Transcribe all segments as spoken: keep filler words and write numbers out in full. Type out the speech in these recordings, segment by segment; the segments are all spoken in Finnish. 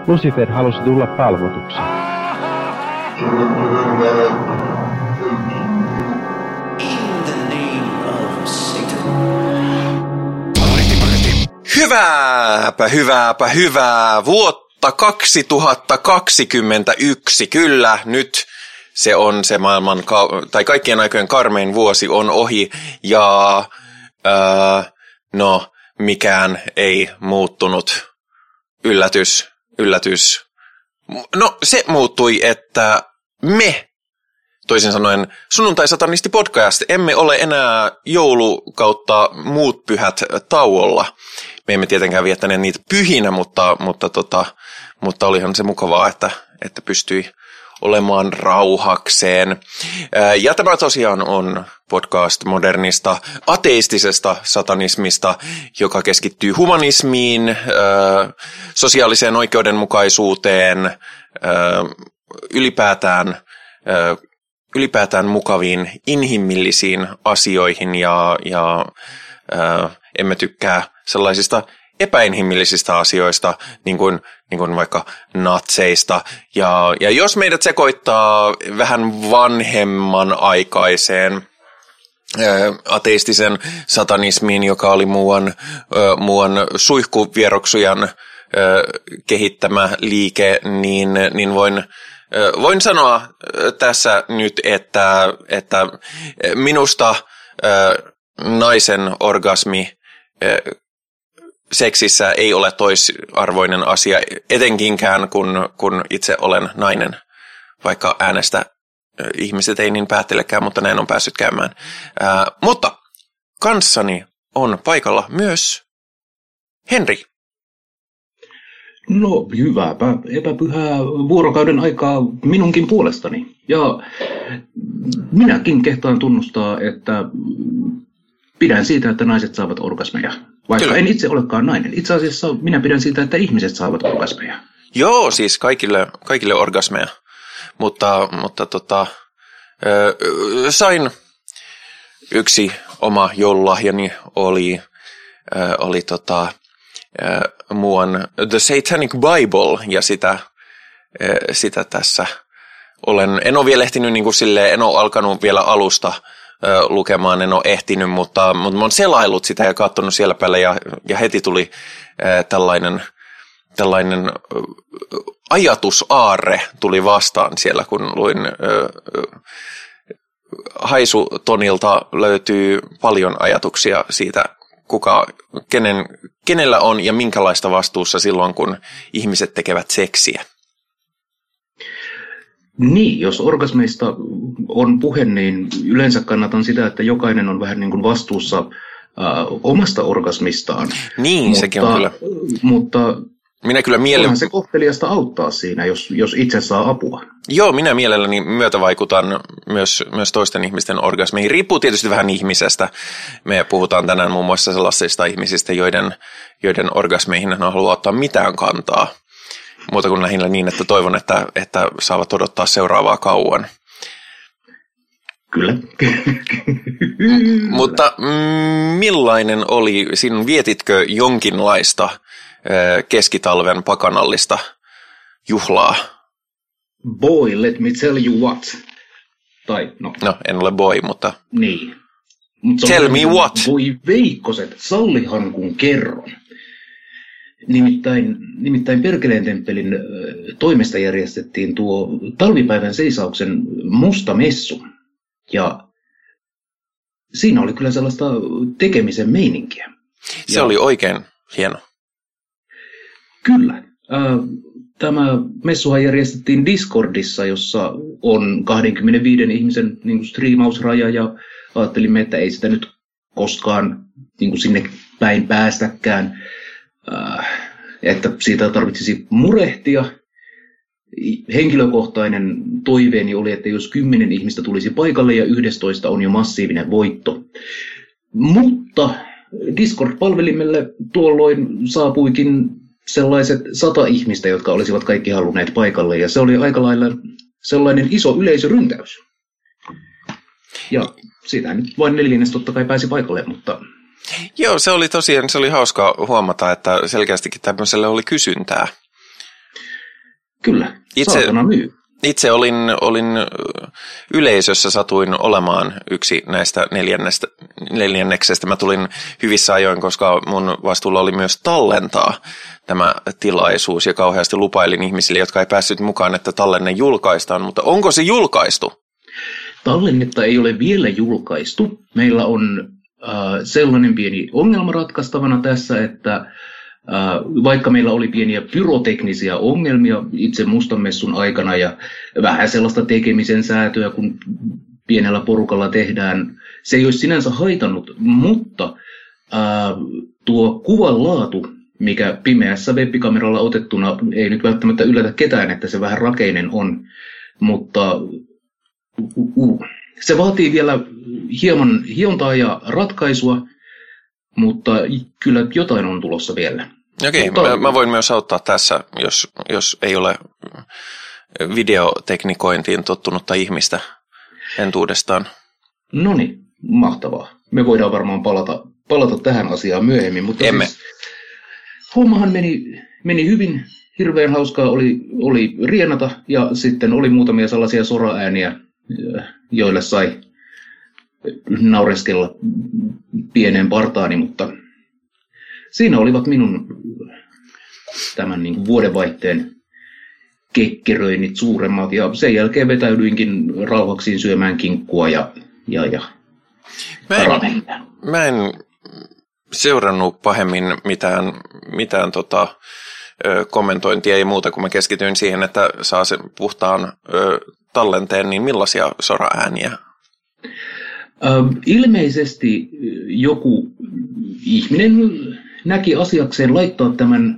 Lucifer halusi tulla palvotuksi. Hyvääpä, hyvääpä, hyvää vuotta kaksituhattakaksikymmentäyksi. Kyllä, nyt se on se maailman, ka- tai kaikkien aikojen karmein vuosi on ohi ja äh, no, mikään ei muuttunut. Yllätys, yllätys. No, se muuttui, että me, toisin sanoen Sunnuntai-satanisti podcast, emme ole enää joulu kautta muut pyhät tauolla. Me emme tietenkään viettäneet niitä pyhinä, mutta, mutta, tota, mutta olihan se mukavaa, että, että pystyi olemaan rauhakseen. Ja tämä tosiaan on podcast modernista ateistisesta satanismista, joka keskittyy humanismiin, sosiaaliseen oikeudenmukaisuuteen, ylipäätään, ylipäätään mukaviin inhimillisiin asioihin ja, ja emme tykkää sellaisista epäinhimillisistä asioista, niin kuin, niin kuin vaikka natseista. Ja, ja jos meidät sekoittaa vähän vanhemman aikaiseen ä, ateistisen satanismiin, joka oli muuan, ä, muuan suihkuvieroksujan ä, kehittämä liike, niin, niin voin, ä, voin sanoa tässä nyt, että, että minusta ä, naisen orgasmi ä, seksissä ei ole toisarvoinen asia, etenkinkään kun, kun itse olen nainen, vaikka äänestä ihmiset ei niin päättelekään, mutta näin on päässyt käymään. Ää, mutta kanssani on paikalla myös Henri. No, hyvääpä epäpyhää vuorokauden aikaa minunkin puolestani. Ja minäkin kehtaan tunnustaa, että pidän siitä, että naiset saavat orgasmeja. Vaikka Kyllä. en itse olekaan nainen. Itse asiassa minä pidän siitä, että ihmiset saavat orgasmeja. Joo, siis kaikille, kaikille orgasmeja. Mutta, mutta tota, ö, sain yksi oma joululahjani oli, ö, oli tota, ö, muuan The Satanic Bible, ja sitä, ö, sitä tässä olen. En ole vielä ehtinyt niin kuin silleen, en ole alkanut vielä alusta lukemaan, en ole ehtinyt, mutta, mutta mä oon selaillut sitä ja katsonut siellä päälle ja, ja heti tuli ää, tällainen, tällainen ä, ajatusaarre tuli vastaan siellä, kun luin ä, ä, Haisutonilta löytyy paljon ajatuksia siitä, kuka, kenen, kenellä on ja minkälaista vastuussa silloin, kun ihmiset tekevät seksiä. Niin, jos orgasmeista on puhe, niin yleensä kannatan sitä, että jokainen on vähän niin kuin vastuussa äh, omasta orgasmistaan. Niin, mutta, sekin on kyllä. Mutta minä kyllä miele... onhan se kohteliasta auttaa siinä, jos, jos itse saa apua. Joo, minä mielelläni myötävaikutan myös, myös toisten ihmisten orgasmeihin. Riippuu tietysti vähän ihmisestä. Me puhutaan tänään muun muassa sellaisista ihmisistä, joiden, joiden orgasmeihin en halua ottaa mitään kantaa. Muuta kuin lähinnä niin, että toivon, että, että saavat odottaa seuraavaa kauan. Kyllä. Mutta mm, millainen oli, sinun vietitkö jonkinlaista äh, keskitalven pakanallista juhlaa? Boy, let me tell you what. Tai, no. No, en ole boy, mutta... Niin. Mut tell me what. Voi veikkoset, sallihan kun kerron. Nimittäin, nimittäin Perkeleen temppelin toimesta järjestettiin tuo talvipäivän seisauksen musta messu. Ja siinä oli kyllä sellaista tekemisen meininkiä. Se ja, oli oikein hieno. Kyllä. Tämä messuhan järjestettiin Discordissa, jossa on kaksikymmentäviisi ihmisen niin kuin striimausraja. Ja ajattelimme, että ei sitä nyt koskaan niin kuin sinne päin päästäkään. Että siitä tarvitsisi murehtia. Henkilökohtainen toiveeni oli, että jos kymmenen ihmistä tulisi paikalle ja yksitoista on jo massiivinen voitto. Mutta Discord-palvelimelle tuolloin saapuikin sellaiset sata ihmistä, jotka olisivat kaikki halunneet paikalle. Ja se oli aika lailla sellainen iso yleisöryntäys. Ja siitä nyt vain neljännes totta kai pääsi paikalle, mutta... Joo, se oli tosiaan, se oli hauska huomata, että selkeästikin tämmöiselle oli kysyntää. Kyllä, Itse, saatana myy. Itse olin, olin yleisössä, satuin olemaan yksi näistä neljännestä, neljänneksestä. Mä tulin hyvissä ajoin, koska mun vastuulla oli myös tallentaa tämä tilaisuus ja kauheasti lupailin ihmisille, jotka ei päässyt mukaan, että tallenne julkaistaan, mutta onko se julkaistu? Tallennetta ei ole vielä julkaistu. Meillä on äh, sellainen pieni ongelma ratkaistavana tässä, että äh, vaikka meillä oli pieniä pyroteknisiä ongelmia itse Mustanmessun aikana ja vähän sellaista tekemisen säätöä, kun pienellä porukalla tehdään, se ei olisi sinänsä haitannut, mutta äh, tuo kuvan laatu, mikä pimeässä webikameralla otettuna ei nyt välttämättä yllätä ketään, että se vähän rakeinen on, mutta uh, uh, se vaatii vielä hieman hiontaa ja ratkaisua, mutta kyllä jotain on tulossa vielä. Okei, mutta, mä, mä voin myös auttaa tässä, jos, jos ei ole videoteknikointiin tottunutta ihmistä entuudestaan. No niin, mahtavaa. Me voidaan varmaan palata, palata tähän asiaan myöhemmin, mutta Emme. Siis, hommahan meni, meni hyvin, hirveän hauskaa oli, oli rienata ja sitten oli muutamia sellaisia soraääniä, joille sai naureskella pieneen partaani, mutta siinä olivat minun tämän niin kuin vuodenvaihteen kekkeröinnit suuremmat ja sen jälkeen vetäydyinkin rauhaksiin syömään kinkkua ja, ja, ja mä en, mä en seurannut pahemmin mitään, mitään tota, ö, kommentointia ja muuta, kun mä keskityin siihen, että saa sen puhtaan ö, tallenteen, niin millaisia soraääniä? Ö, ilmeisesti joku ihminen näki asiakseen laittaa tämän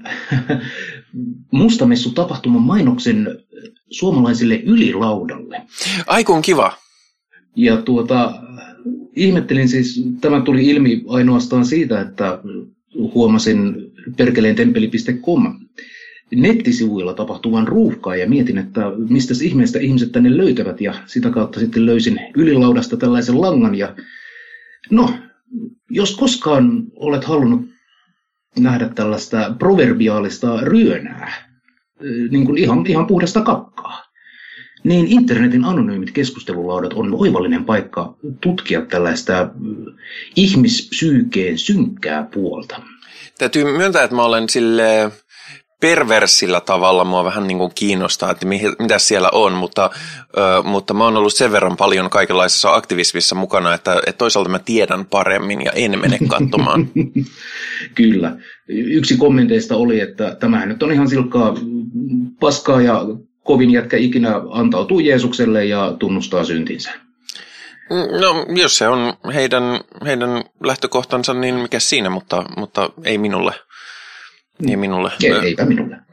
Mustamessu-tapahtuman mainoksen suomalaisille ylilaudalle. Ai kun kiva. Ja tuota, ihmettelin siis, tämä tuli ilmi ainoastaan siitä, että huomasin perkeleentempeli piste com nettisivuilla tapahtuvan ruuhkaa ja mietin, että mistä ihmeestä ihmiset tänne löytävät ja sitä kautta sitten löysin ylilaudasta tällaisen langan ja no, jos koskaan olet halunnut nähdä tällaista proverbiaalista ryönää, niin kuin ihan, ihan puhdasta kakkaa, niin internetin anonyymit keskustelulaudat on oivallinen paikka tutkia tällaista ihmispsyykeen synkkää puolta. Täytyy myöntää, että mä olen sille perversillä tavalla, mua vähän niin kuin kiinnostaa, että mitä siellä on, mutta, ö, mutta mä oon ollut sen verran paljon kaikenlaisessa aktivismissa mukana, että, että toisaalta mä tiedän paremmin ja en mene katsomaan. Kyllä. Yksi kommenteista oli, että tämähän nyt on ihan silkkaa paskaa ja kovin jätkä ikinä antautuu Jeesukselle ja tunnustaa syntinsä. No, jos se on heidän, heidän lähtökohtansa, niin mikä siinä, mutta, mutta ei minulle. Ei minulle. Ei, eipä minullekaan.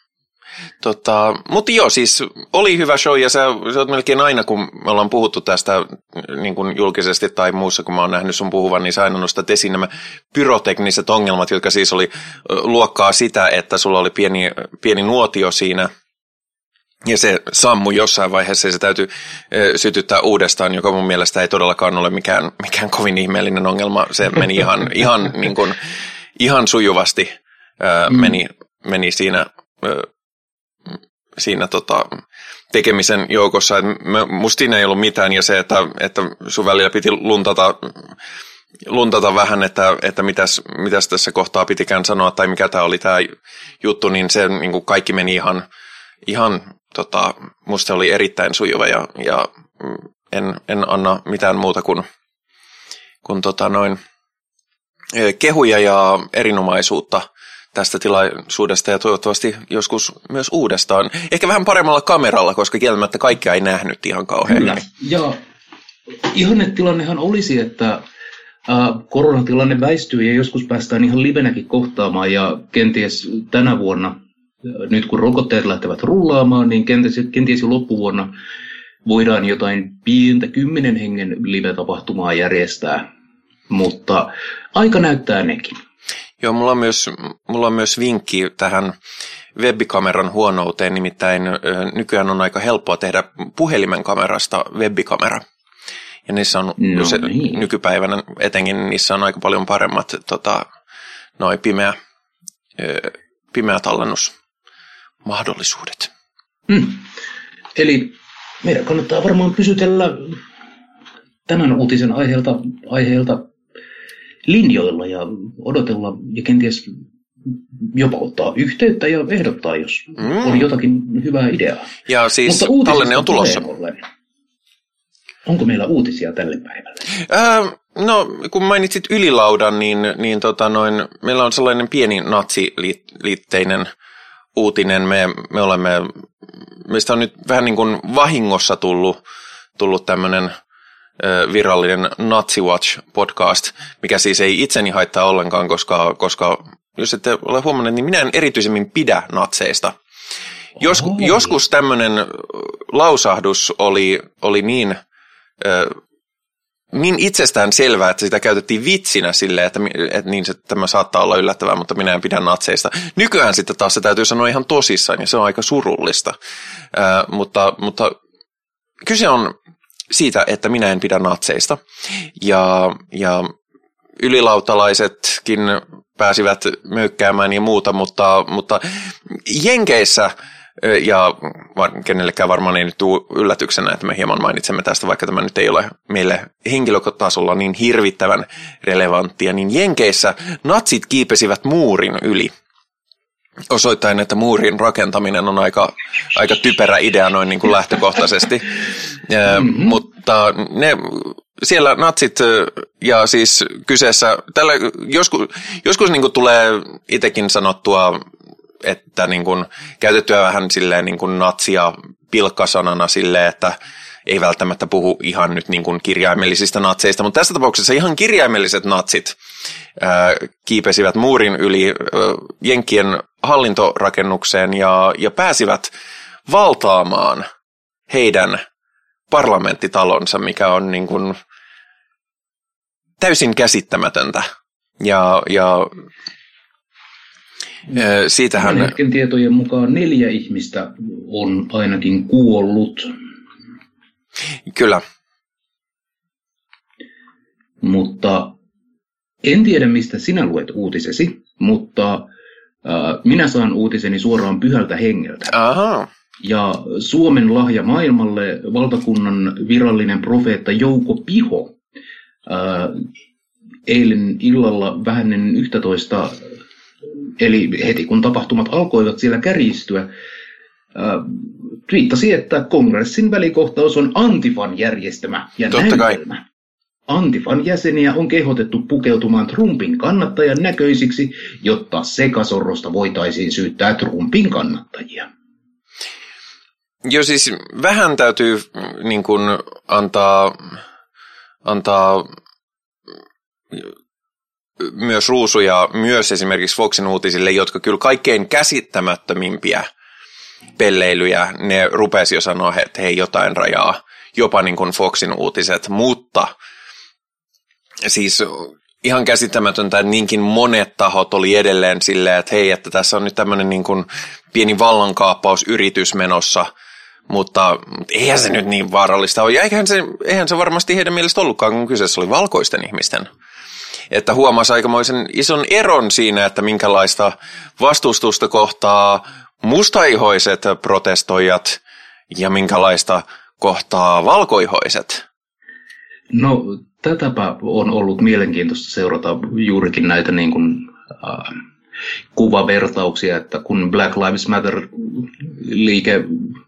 Tota, mutta joo, siis oli hyvä show ja sä, sä oot melkein aina, kun me ollaan puhuttu tästä niin kuin julkisesti tai muussa, kun mä oon nähnyt sun puhuvan, niin sä aina nostat esiin nämä pyrotekniset ongelmat, jotka siis oli luokkaa sitä, että sulla oli pieni, pieni nuotio siinä ja se sammui jossain vaiheessa ja se täytyy sytyttää uudestaan, joka mun mielestä ei todellakaan ole mikään, mikään kovin ihmeellinen ongelma. Se meni ihan, ihan, niin kuin, ihan sujuvasti. Öö, mm. meni, meni siinä, öö, siinä tota, tekemisen joukossa. Et musta siinä ei ollut mitään ja se, että, että sun välillä piti luntata, luntata vähän, että, että mitäs, mitäs tässä kohtaa pitikään sanoa tai mikä tämä oli tämä juttu, niin se niin kuin kaikki meni ihan, ihan tota, musta oli erittäin sujuva ja, ja en, en anna mitään muuta kuin, kuin tota noin, kehuja ja erinomaisuutta tästä tilaisuudesta ja toivottavasti joskus myös uudestaan. Ehkä vähän paremmalla kameralla, koska kieltämättä kaikkea ei nähnyt ihan kauhean. Kyllä. Ja ihannetilannehan olisi, että äh, koronatilanne väistyy ja joskus päästään ihan livenäkin kohtaamaan ja kenties tänä vuonna, nyt kun rokotteet lähtevät rullaamaan, niin kenties, kenties jo loppuvuonna voidaan jotain pientä kymmenen hengen live-tapahtumaa järjestää, mutta aika näyttää nekin. Joo, mulla on myös, mulla on myös vinkki tähän webikameran huonouteen, nimittäin nykyään on aika helppoa tehdä puhelimen kamerasta webikamera. Ja niissä on no, se, niin. nykypäivänä etenkin niissä on aika paljon paremmat tota, noi pimeä, pimeä tallennusmahdollisuudet. Hmm. Eli meidän kannattaa varmaan pysytellä tämän uutisen aiheelta, aiheelta linjoilla ja odotella ja kenties jopa ottaa yhteyttä ja ehdottaa, jos mm. on jotakin hyvää ideaa. Ja siis tallenne on tulossa. Ollen, onko meillä uutisia tälle päivälle? Äh, no, kun mainitsit ylilaudan, niin, niin tota noin, meillä on sellainen pieni natsiliitteinen uutinen. Me, me olemme, meistä on nyt vähän niin kuin vahingossa tullut, tullut tämmöinen äh, virallinen Nazi Watch podcast, mikä siis ei itseni haittaa ollenkaan, koska, koska jos ette ole huomannut, niin minä en erityisemmin pidä natseista. Jos, joskus tämmöinen lausahdus oli, oli niin, äh, niin itsestään selvää, että sitä käytettiin vitsinä silleen, että, että niin se, tämä saattaa olla yllättävää, mutta minä en pidä natseista. Nykyään sitten taas se täytyy sanoa ihan tosissaan, ja se on aika surullista. Äh, mutta, mutta kyse on siitä, että minä en pidä natseista. Ja, ja ylilautalaisetkin pääsivät möykkäämään ja muuta, mutta, mutta Jenkeissä, ja kenellekään varmaan ei nyt tule yllätyksenä, että me hieman mainitsemme tästä, vaikka tämä nyt ei ole meille henkilötasolla niin hirvittävän relevanttia, niin Jenkeissä natsit kiipesivät muurin yli, osoittain, että muurin rakentaminen on aika, aika typerä idea noin niin kuin lähtökohtaisesti, mm-hmm. mutta ne... Siellä natsit, ja siis kyseessä, tällä joskus, joskus niin kuin tulee itsekin sanottua, että niin kuin, käytettyä vähän silleen niin kuin natsia pilkkasanana silleen, että ei välttämättä puhu ihan nyt niin kuin kirjaimellisistä natseista, mutta tässä tapauksessa ihan kirjaimelliset natsit ää, kiipesivät muurin yli ää, Jenkkien hallintorakennukseen ja, ja pääsivät valtaamaan heidän parlamenttitalonsa, mikä on niin kuin täysin käsittämätöntä. Ja, ja siitähän... Hetken tietojen mukaan neljä ihmistä on ainakin kuollut. Kyllä. Mutta en tiedä, mistä sinä luet uutisesi, mutta äh, minä saan uutiseni suoraan Pyhältä Hengeltä. Aha. Ja Suomen lahja maailmalle valtakunnan virallinen profeetta Jouko Piho ää, eilen illalla vähän ennen yksitoista, eli heti kun tapahtumat alkoivat siellä kärjistyä, ää, twiittasi, että kongressin välikohtaus on Antifan järjestämä ja Totta näytelmä. Kai. Antifan jäseniä on kehotettu pukeutumaan Trumpin kannattajan näköisiksi, jotta sekasorrosta voitaisiin syyttää Trumpin kannattajia. Joo, siis vähän täytyy niin kuin antaa, antaa myös ruusuja myös esimerkiksi Foxin uutisille, jotka kyllä kaikkein käsittämättömimpiä pelleilyjä, ne rupesi jo sanoa, että hei, jotain rajaa, jopa niin kuin Foxin uutiset, mutta siis ihan käsittämätöntä, että niinkin monet tahot oli edelleen silleen, että hei, että tässä on nyt tämmöinen niin kuin pieni vallankaappausyritys menossa, mutta eihän se nyt niin vaarallista ole. Ja eihän se, eihän se varmasti heidän mielestä ollutkaan, kun kyseessä oli valkoisten ihmisten. Että huomasi aikamoisen ison eron siinä, että minkälaista vastustusta kohtaa mustaihoiset protestoijat ja minkälaista kohtaa valkoihoiset. No, tätäpä on ollut mielenkiintoista seurata juurikin näitä niin kuin, äh, kuvavertauksia, että kun Black Lives Matter-liike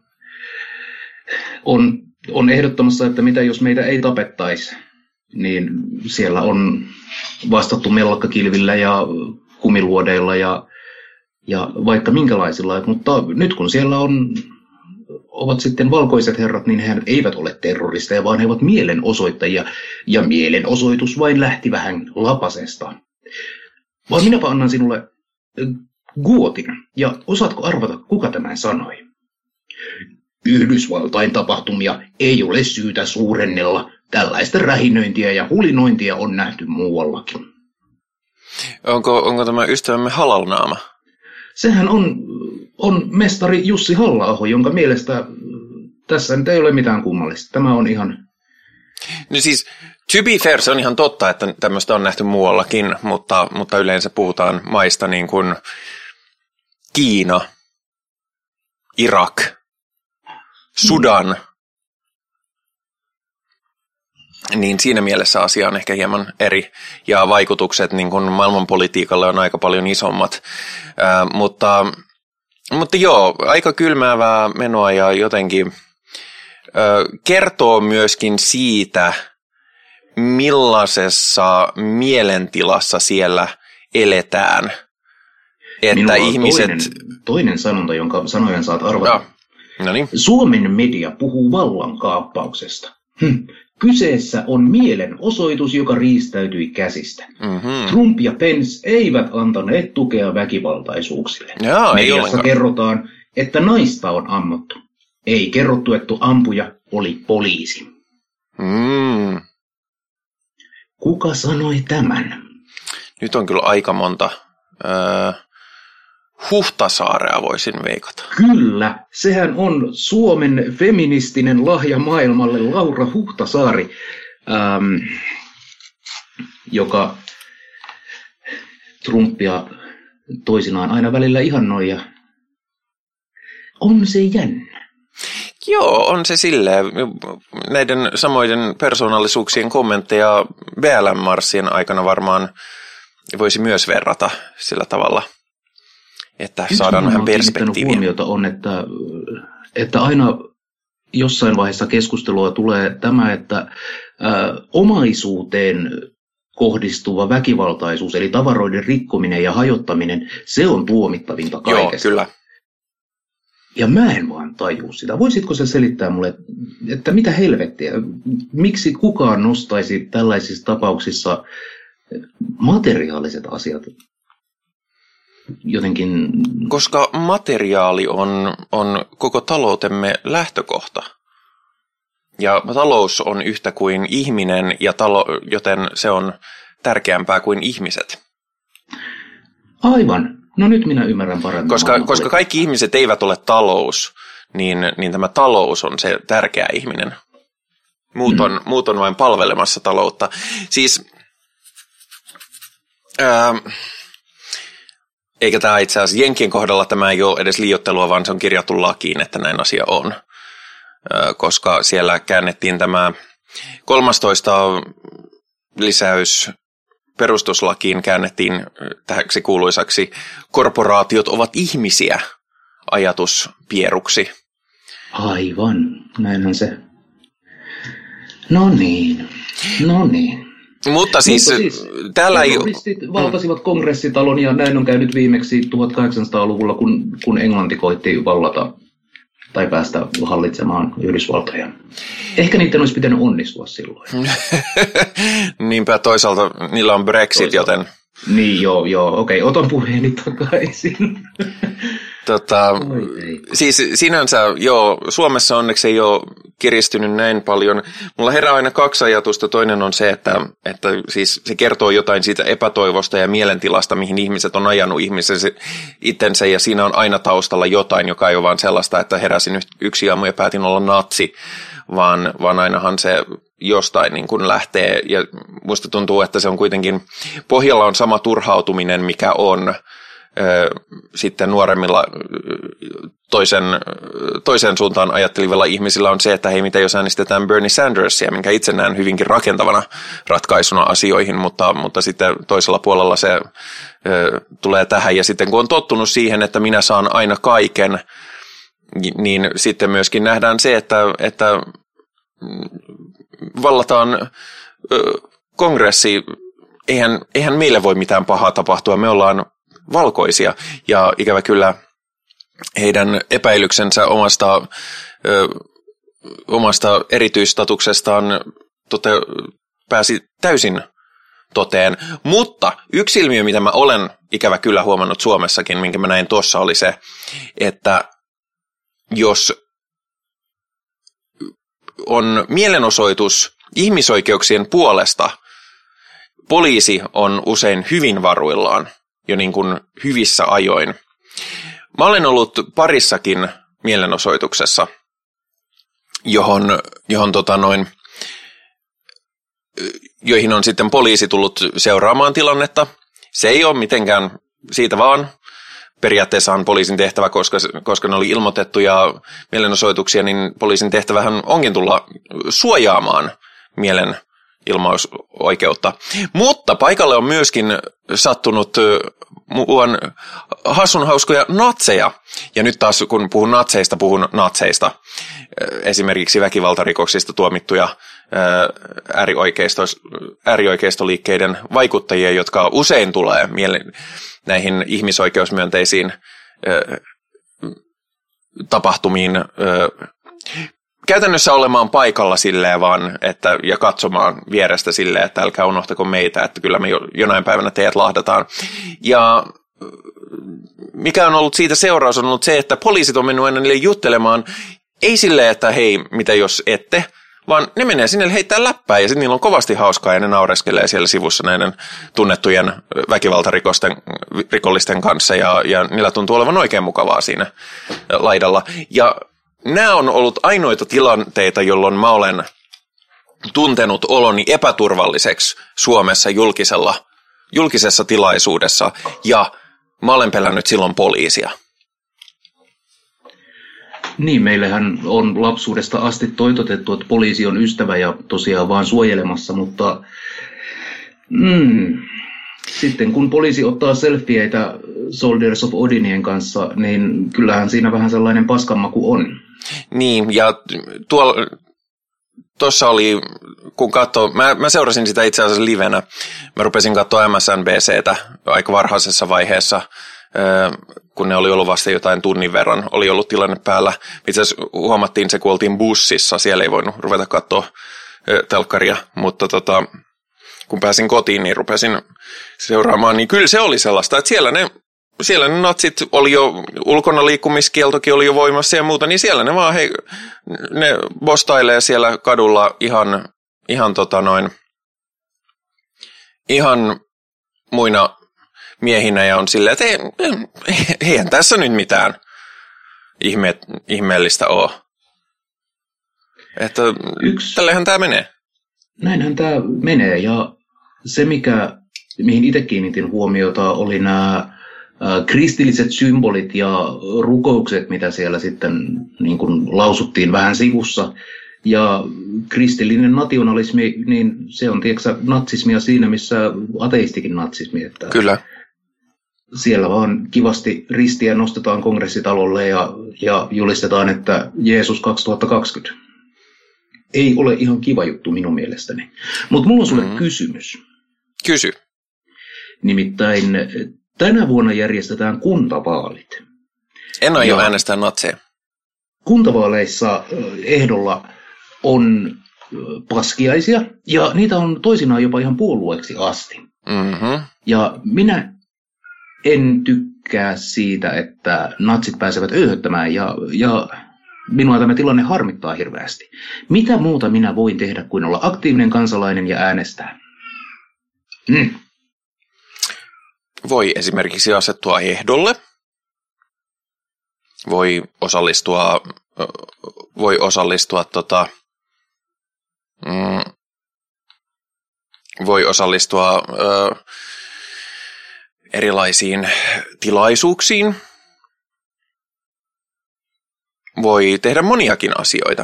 on, on ehdottamassa, että mitä jos meitä ei tapettaisi, niin siellä on vastattu mellakkakilvillä ja kumiluodeilla ja, ja vaikka minkälaisilla. Mutta nyt kun siellä on, ovat sitten valkoiset herrat, niin he eivät ole terroristeja, vaan he ovat mielenosoittajia. Ja mielenosoitus vain lähti vähän lapasesta. Vaan minäpä annan sinulle Guotin. Ja osaatko arvata, kuka tämän sanoi? Yhdysvaltain tapahtumia ei ole syytä suurennella. Tällaista rähinöintiä ja hulinointia on nähty muuallakin. Onko, onko tämä ystävämme Halalnaama? Sehän on, on mestari Jussi Halla-aho, jonka mielestä tässä nyt ei ole mitään kummallista. Tämä on ihan... No siis, to be fair, se on ihan totta, että tämmöistä on nähty muuallakin, mutta, mutta yleensä puhutaan maista niin kuin Kiina, Irak, Sudan. Niin siinä mielessä asia on ehkä hieman eri, ja vaikutukset niin kuin maailmanpolitiikalle on aika paljon isommat. Ää, mutta, mutta joo, aika kylmäävää menoa, ja jotenkin ää, kertoo myöskin siitä, millaisessa mielentilassa siellä eletään. Että ihmiset... toinen, toinen sanonta, jonka sanojan saat arvata. No. No niin. Suomen media puhuu vallankaappauksesta. Hm. Kyseessä on mielenosoitus, joka riistäytyi käsistä. Mm-hmm. Trump ja Pence eivät antaneet tukea väkivaltaisuuksille. Jaa, Mediassa kerrotaan, että naista on ammuttu. Ei kerrottu, että ampuja oli poliisi. Mm. Kuka sanoi tämän? Nyt on kyllä aika monta. Öö, Huhtasaarea voisin veikata. Kyllä, sehän on Suomen feministinen lahja maailmalle Laura Huhtasaari, ähm, joka Trumpia toisinaan aina välillä ihannoi, ja on se jännä. Joo, on se silleen. Näiden samoiden persoonallisuuksien kommentteja B L M-marssien aikana varmaan voisi myös verrata sillä tavalla, että Yksi saadaan vähän perspektiiviä. Huomiota on, että, että aina jossain vaiheessa keskustelua tulee tämä, että ä, omaisuuteen kohdistuva väkivaltaisuus, eli tavaroiden rikkominen ja hajottaminen, se on tuomittavinta kaikesta. Joo, kyllä. Ja mä en vaan tajua sitä. Voisitko sä selittää mulle, että mitä helvettiä, miksi kukaan nostaisi tällaisissa tapauksissa materiaaliset asiat jotenkin... Koska materiaali on, on koko taloutemme lähtökohta. Ja talous on yhtä kuin ihminen, ja talo, joten se on tärkeämpää kuin ihmiset. Aivan. No nyt minä ymmärrän paremmin. Koska, koska kaikki ihmiset eivät ole talous, niin, niin tämä talous on se tärkeä ihminen. Muut on, mm. muut on vain palvelemassa taloutta. Siis... Ää, eikä tämä itse asiassa Jenkien kohdalla tämä ei ole edes liioittelua, vaan se on kirjattu lakiin, että näin asia on. Ää, koska siellä käännettiin tämä kolmastoista lisäys perustuslakiin, käännettiin tähäksi kuuluisaksi korporaatiot ovat ihmisiä ajatuspieruksi. Aivan, näinhän se. No niin, no niin. Mutta siis, Mutta siis täällä ei... valtasivat kongressitalon, ja näin on käynyt viimeksi tuhatkahdeksansataaluvulla, kun, kun Englanti koitti vallata tai päästä hallitsemaan Yhdysvaltoja. Ehkä niiden olisi pitänyt onnistua silloin. Niinpä toisaalta niillä on Brexit, toisaalta. Joten... Niin joo, joo, okei, otan puheeni takaisin. Tota, siis sinänsä, joo, Suomessa onneksi ei ole kiristynyt näin paljon. Mulla herää aina kaksi ajatusta. Toinen on se, että, että siis se kertoo jotain siitä epätoivosta ja mielentilasta, mihin ihmiset on ajanut ihmisensä itsensä, ja siinä on aina taustalla jotain, joka ei ole vaan sellaista, että heräsin yksi aamu ja päätin olla natsi, vaan, vaan ainahan se jostain niin kuin lähtee, ja musta tuntuu, että se on kuitenkin, pohjalla on sama turhautuminen, mikä on sitten nuoremmilla toisen, toisen suuntaan ajattelivilla ihmisillä on se, että hei, mitä jos äänestetään Bernie Sandersia, minkä itse näen hyvinkin rakentavana ratkaisuna asioihin, mutta, mutta sitten toisella puolella se ö, tulee tähän, ja sitten kun on tottunut siihen, että minä saan aina kaiken, niin sitten myöskin nähdään se, että, että vallataan ö, kongressi, eihän, eihän meille voi mitään pahaa tapahtua, me ollaan valkoisia, ja ikävä kyllä heidän epäilyksensä omasta, ö, omasta erityistatuksestaan tote, pääsi täysin toteen. Mutta yksi ilmiö, mitä mä olen ikävä kyllä huomannut Suomessakin, minkä mä näin tuossa, oli se, että jos on mielenosoitus ihmisoikeuksien puolesta, poliisi on usein hyvin varuillaan jo niin kuin hyvissä ajoin. Mä olen ollut parissakin mielenosoituksessa, johon, johon tota noin, joihin on sitten poliisi tullut seuraamaan tilannetta. Se ei ole mitenkään siitä vaan. periaatteessa on poliisin tehtävä, koska, koska ne oli ilmoitettuja mielenosoituksia, niin poliisin tehtävähän onkin tulla suojaamaan mielen ilmausoikeutta. Mutta paikalle on myöskin sattunut muuan hassun hauskoja natseja. Ja nyt taas kun puhun natseista, puhun natseista. Esimerkiksi väkivaltarikoksista tuomittuja äärioikeistoliikkeiden vaikuttajia, jotka usein tulee näihin ihmisoikeusmyönteisiin tapahtumiin käytännössä olemaan paikalla silleen vaan, että, ja katsomaan vierestä silleen, että älkää unohtako meitä, että kyllä me jo, jonain päivänä teidät lahdataan. Ja mikä on ollut siitä seuraus on ollut se, että poliisit on mennyt aina niille juttelemaan, ei silleen, että hei, mitä jos ette, vaan ne menee sinne heittää läppää ja sitten niillä on kovasti hauskaa ja ne naureskelee siellä sivussa näiden tunnettujen väkivaltarikosten rikollisten kanssa ja, ja niillä tuntuu olevan oikein mukavaa siinä laidalla. Ja nämä on ollut ainoita tilanteita, jolloin mä olen tuntenut oloni epäturvalliseksi Suomessa julkisella, julkisessa tilaisuudessa ja mä olen pelännyt silloin poliisia. Niin, meillähän on lapsuudesta asti toitotettu, että poliisi on ystävä ja tosiaan vaan suojelemassa, mutta mm, sitten kun poliisi ottaa selfieitä Soldiers of Odinien kanssa, niin kyllähän siinä vähän sellainen paskanmaku on. Niin, ja tuolla tuossa oli, kun katsoo, mä, mä seurasin sitä itse asiassa livenä, mä rupesin katsoa M S N B C:tä aika varhaisessa vaiheessa, kun ne oli ollut vasta jotain tunnin verran, oli ollut tilanne päällä. Itse asiassa huomattiin se, kun oltiin bussissa, siellä ei voinut ruveta katsoa telkkaria, mutta tota, kun pääsin kotiin, niin rupesin seuraamaan, niin kyllä se oli sellaista, että siellä ne, siellä ne natsit oli jo, ulkona liikkumiskieltokin oli jo voimassa ja muuta, niin siellä ne vaan, hei, ne bostailee siellä kadulla ihan, ihan tota noin, ihan muina miehinä ja on silleen, että ei, eihän tässä nyt mitään ihme, ihmeellistä ole. Että Yksi. Tällehän tämä menee. Näinhän tämä menee ja se, mikä, mihin itse kiinnitin huomiota, oli nämä äh, kristilliset symbolit ja rukoukset, mitä siellä sitten niin kuin lausuttiin vähän sivussa. Ja kristillinen nationalismi, niin se on tiedätkö, natsismia siinä, missä ateistikin natsismi. Että Kyllä. Siellä vaan kivasti ristiä nostetaan kongressitalolle ja, ja julistetaan, että Jeesus kaksituhattakaksikymmentä. Ei ole ihan kiva juttu minun mielestäni. Mutta mulla on sulle mm-hmm. kysymys. Kysy. Nimittäin tänä vuonna järjestetään kuntavaalit. En aio äänestää natseja. Kuntavaaleissa ehdolla on paskiaisia ja niitä on toisinaan jopa ihan puolueeksi asti. Mm-hmm. Ja minä en tykkää siitä, että natsit pääsevät öyhöttämään ja, ja minua tämä tilanne harmittaa hirveästi. Mitä muuta minä voin tehdä kuin olla aktiivinen kansalainen ja äänestää? Hmm. Voi esimerkiksi asettua ehdolle. Voi osallistua, voi osallistua tota, mm, voi osallistua ö, erilaisiin tilaisuuksiin. Voi tehdä moniakin asioita.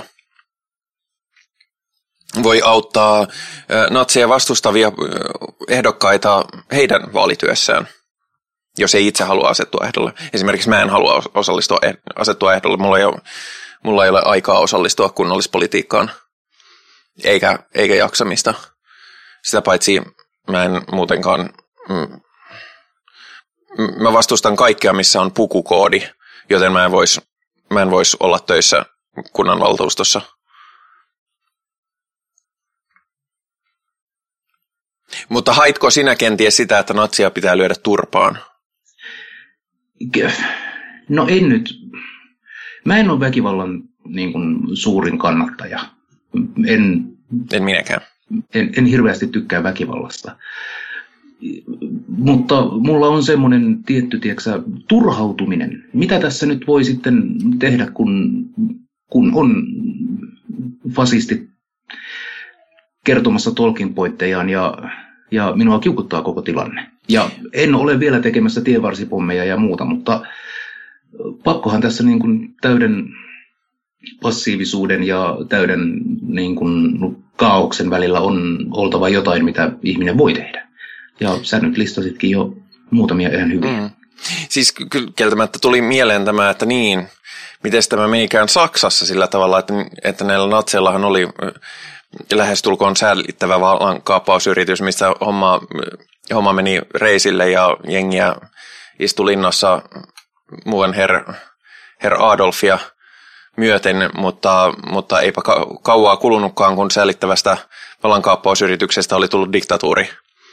Voi auttaa natseja vastustavia ehdokkaita heidän vaalityössään, jos ei itse halua asettua ehdolle. Esimerkiksi mä en halua osallistua, asettua ehdolle. Mulla ei ole, mulla ei ole aikaa osallistua kunnallispolitiikkaan, eikä, eikä jaksamista. Sitä paitsi mä en muutenkaan... Mm, mä vastustan kaikkea, missä on pukukoodi, joten mä en vois, mä en vois olla töissä kunnanvaltuustossa. Mutta haitko sinä kenties sitä, että natsia pitää lyödä turpaan? No en nyt. Mä en ole väkivallan niin kuin, suurin kannattaja. En, en minäkään. En, en hirveästi tykkää väkivallasta. Mutta mulla on semmoinen tietty, tiedätkö, turhautuminen. Mitä tässä nyt voi sitten tehdä, kun, kun on fasistit kertomassa talking pointtejaan ja ja minua kiukuttaa koko tilanne. Ja en ole vielä tekemässä tienvarsipommeja ja muuta, mutta pakkohan tässä niin kuin täyden passiivisuuden ja täyden niin kuin kaaoksen välillä on oltava jotain, mitä ihminen voi tehdä. Ja sä nyt listasitkin jo muutamia ihan hyviä. Mm. Siis kyllä kieltämättä tuli mieleen tämä, että niin, miten tämä meikään Saksassa sillä tavalla, että, että näillä natseillahan oli lähestulkoon säälittävä vallankaappausyritys, missä homma, homma meni reisille ja jengiä istui linnassa muun herr, herr Adolfia myöten, mutta, mutta eipä kauaa kulunutkaan, kun säälittävästä vallankaappausyrityksestä oli tullut diktatuuri.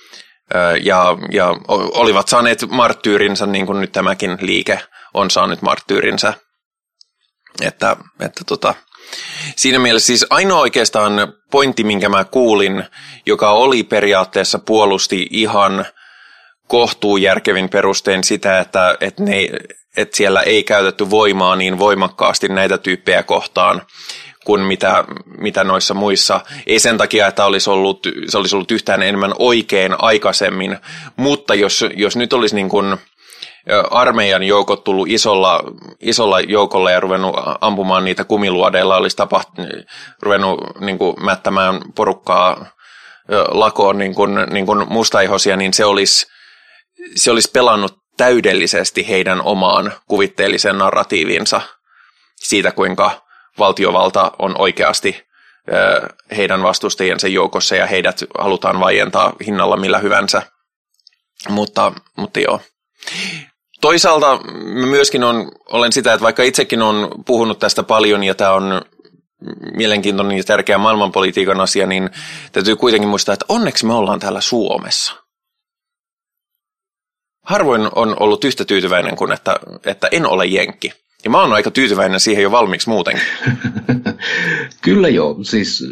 Ja, ja olivat saaneet marttyyrinsä, niin kuin nyt tämäkin liike on saanut marttyyrinsä. Että, että tota, siinä mielessä siis ainoa oikeastaan pointti, minkä mä kuulin, joka oli periaatteessa puolusti ihan kohtuujärkevin perustein sitä, että, että, ne, että siellä ei käytetty voimaa niin voimakkaasti näitä tyyppejä kohtaan, kuin mitä, mitä noissa muissa. Ei sen takia, että olisi ollut, se olisi ollut yhtään enemmän oikein aikaisemmin, mutta jos, jos nyt olisi niin kuin armeijan joukot tullut isolla, isolla joukolla ja ruvennut ampumaan niitä kumiluodeilla, olisi tapahtunut, ruvennut niin kuin mättämään porukkaa lakoon niin kuin, niin kuin mustaihosia, niin se olisi, se olisi pelannut täydellisesti heidän omaan kuvitteelliseen narratiivinsa siitä, kuinka valtiovalta on oikeasti heidän vastustajiensa joukossa ja heidät halutaan vaientaa hinnalla millä hyvänsä. Mutta, mutta joo. Toisaalta myöskin on, olen sitä, että vaikka itsekin on puhunut tästä paljon ja tämä on mielenkiintoinen ja tärkeä maailmanpolitiikan asia, niin täytyy kuitenkin muistaa, että onneksi me ollaan täällä Suomessa. Harvoin on ollut yhtä tyytyväinen kuin, että, että en ole jenkki. Ja mä oon aika tyytyväinen siihen jo valmiiksi muutenkin. Kyllä joo, siis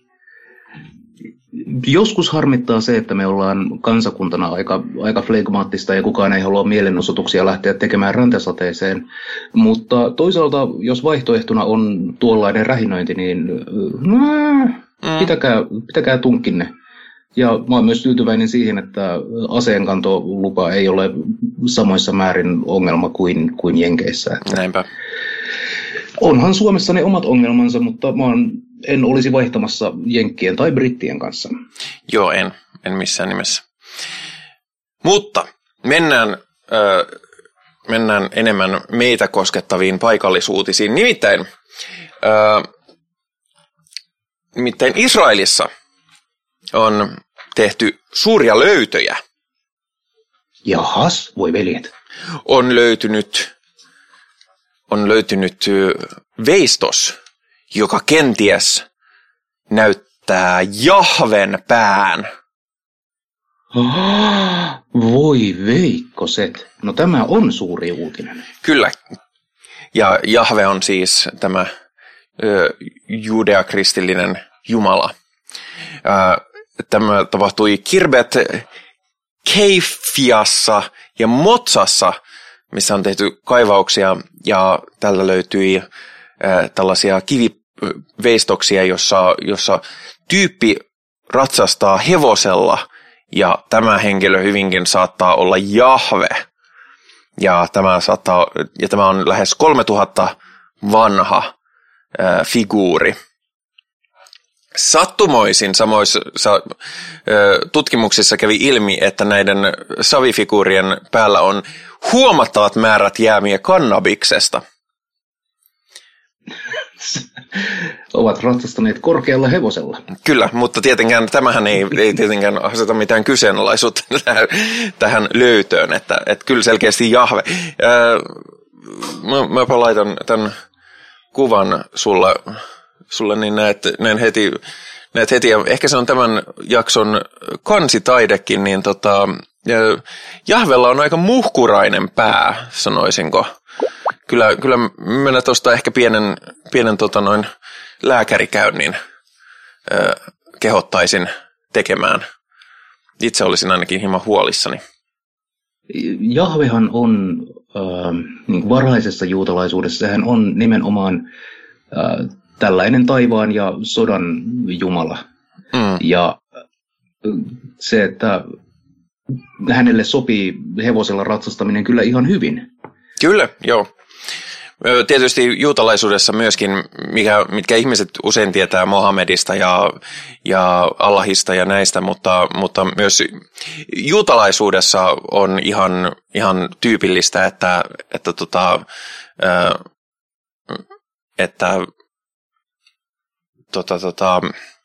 joskus harmittaa se, että me ollaan kansakuntana aika, aika flegmaattista ja kukaan ei halua mielenosoituksia lähteä tekemään rantasateeseen. Mutta toisaalta, jos vaihtoehtona on tuollainen rähinöinti, niin no, mm. pitäkää, pitäkää tunkkinne. Ja mä oon myös tyytyväinen siihen, että aseenkantolupa ei ole samoissa määrin ongelma kuin, kuin Jenkeissä. Näinpä. Onhan Suomessa ne omat ongelmansa, mutta mä oon, en olisi vaihtamassa jenkkien tai brittien kanssa. Joo, en. En missään nimessä. Mutta mennään, äh, mennään enemmän meitä koskettaviin paikallisuutisiin. Nimittäin, äh, nimittäin Israelissa on tehty suuria löytöjä. Jahas, voi veljet. On löytynyt, on löytynyt veistos, joka kenties näyttää Jahven pään. Ah, voi veikkoset. No tämä on suuri uutinen. Kyllä. Ja Jahve on siis tämä ö, judeakristillinen Jumala. Ö, Tämä tapahtui Kirbet Keifiassa ja Motsassa, missä on tehty kaivauksia, ja tällä löytyi äh, tällaisia kiviveistoksia, jossa, jossa tyyppi ratsastaa hevosella, ja tämä henkilö hyvinkin saattaa olla Jahve. Ja tämä, saattaa, ja tämä on lähes kolmetuhatta vanha äh, figuuri. Sattumoisin samoissa sa, tutkimuksissa kävi ilmi, että näiden savifiguurien päällä on huomattavat määrät jäämiä kannabiksesta. Ovat ratsastaneet korkealla hevosella. Kyllä, mutta tietenkään tämähän ei, ei tietenkään aseta mitään kyseenalaisuutta tähän, tähän löytöön, että, että kyllä selkeästi Jahve. Ää, mä, mäpä laitan tämän kuvan sulle. Sulle niin näet, näin heti, näet heti, ja ehkä se on tämän jakson kansitaidekin, niin tota, Jahvella on aika muhkurainen pää, sanoisinko. Kyllä, kyllä minä tuosta ehkä pienen, pienen tota noin lääkärikäynnin ö, kehottaisin tekemään. Itse olisin ainakin hieman huolissani. Jahvehan on äh, niin varhaisessa juutalaisuudessa, sehän on nimenomaan äh, tällainen taivaan ja sodan jumala. Mm. Ja se, että hänelle sopii hevosella ratsastaminen kyllä ihan hyvin. Kyllä, joo. Tietysti juutalaisuudessa myöskin, mikä, mitkä ihmiset usein tietää Mohamedista ja, ja Allahista ja näistä, mutta, mutta myös juutalaisuudessa on ihan, ihan tyypillistä, että, että, tota, että tota, tota,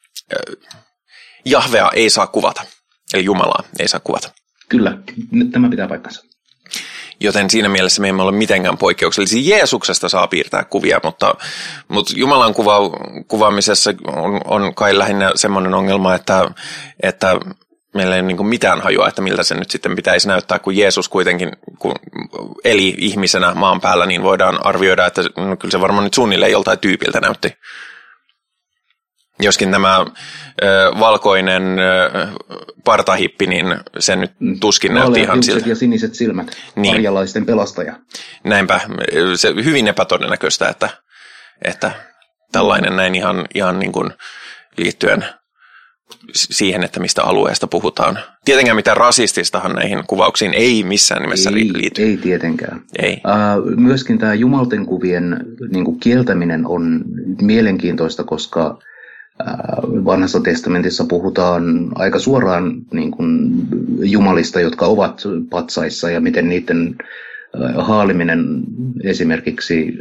Jahvea ei saa kuvata, eli Jumalaa ei saa kuvata. Kyllä, tämä pitää paikkansa. Joten siinä mielessä me emme ole mitenkään poikkeuksellisia. Jeesuksesta saa piirtää kuvia, mutta, mutta Jumalan kuva, kuvaamisessa on, on kai lähinnä semmoinen ongelma, että, että meillä ei ole niin kuin mitään hajua, että miltä se nyt sitten pitäisi näyttää, kun Jeesus kuitenkin kun eli ihmisenä maan päällä, niin voidaan arvioida, että no, kyllä se varmaan nyt suunnilleen joltain tyypiltä näytti. Joskin tämä ö, valkoinen ö, partahippi, niin se nyt tuskin näytti ihan siltä. Ja siniset silmät, niin. Arjalaisten pelastaja. Näinpä, se hyvin epätodennäköistä, että, että tällainen näin ihan, ihan niin kuin liittyen siihen, että mistä alueesta puhutaan. Tietenkään mitään rasististahan näihin kuvauksiin ei missään nimessä ei, liity. Ei tietenkään. Ei. Uh, myöskin tämä jumalten kuvien niin kuin kieltäminen on mielenkiintoista, koska Vanhassa testamentissa puhutaan aika suoraan niin kuin jumalista, jotka ovat patsaissa ja miten niiden haaliminen esimerkiksi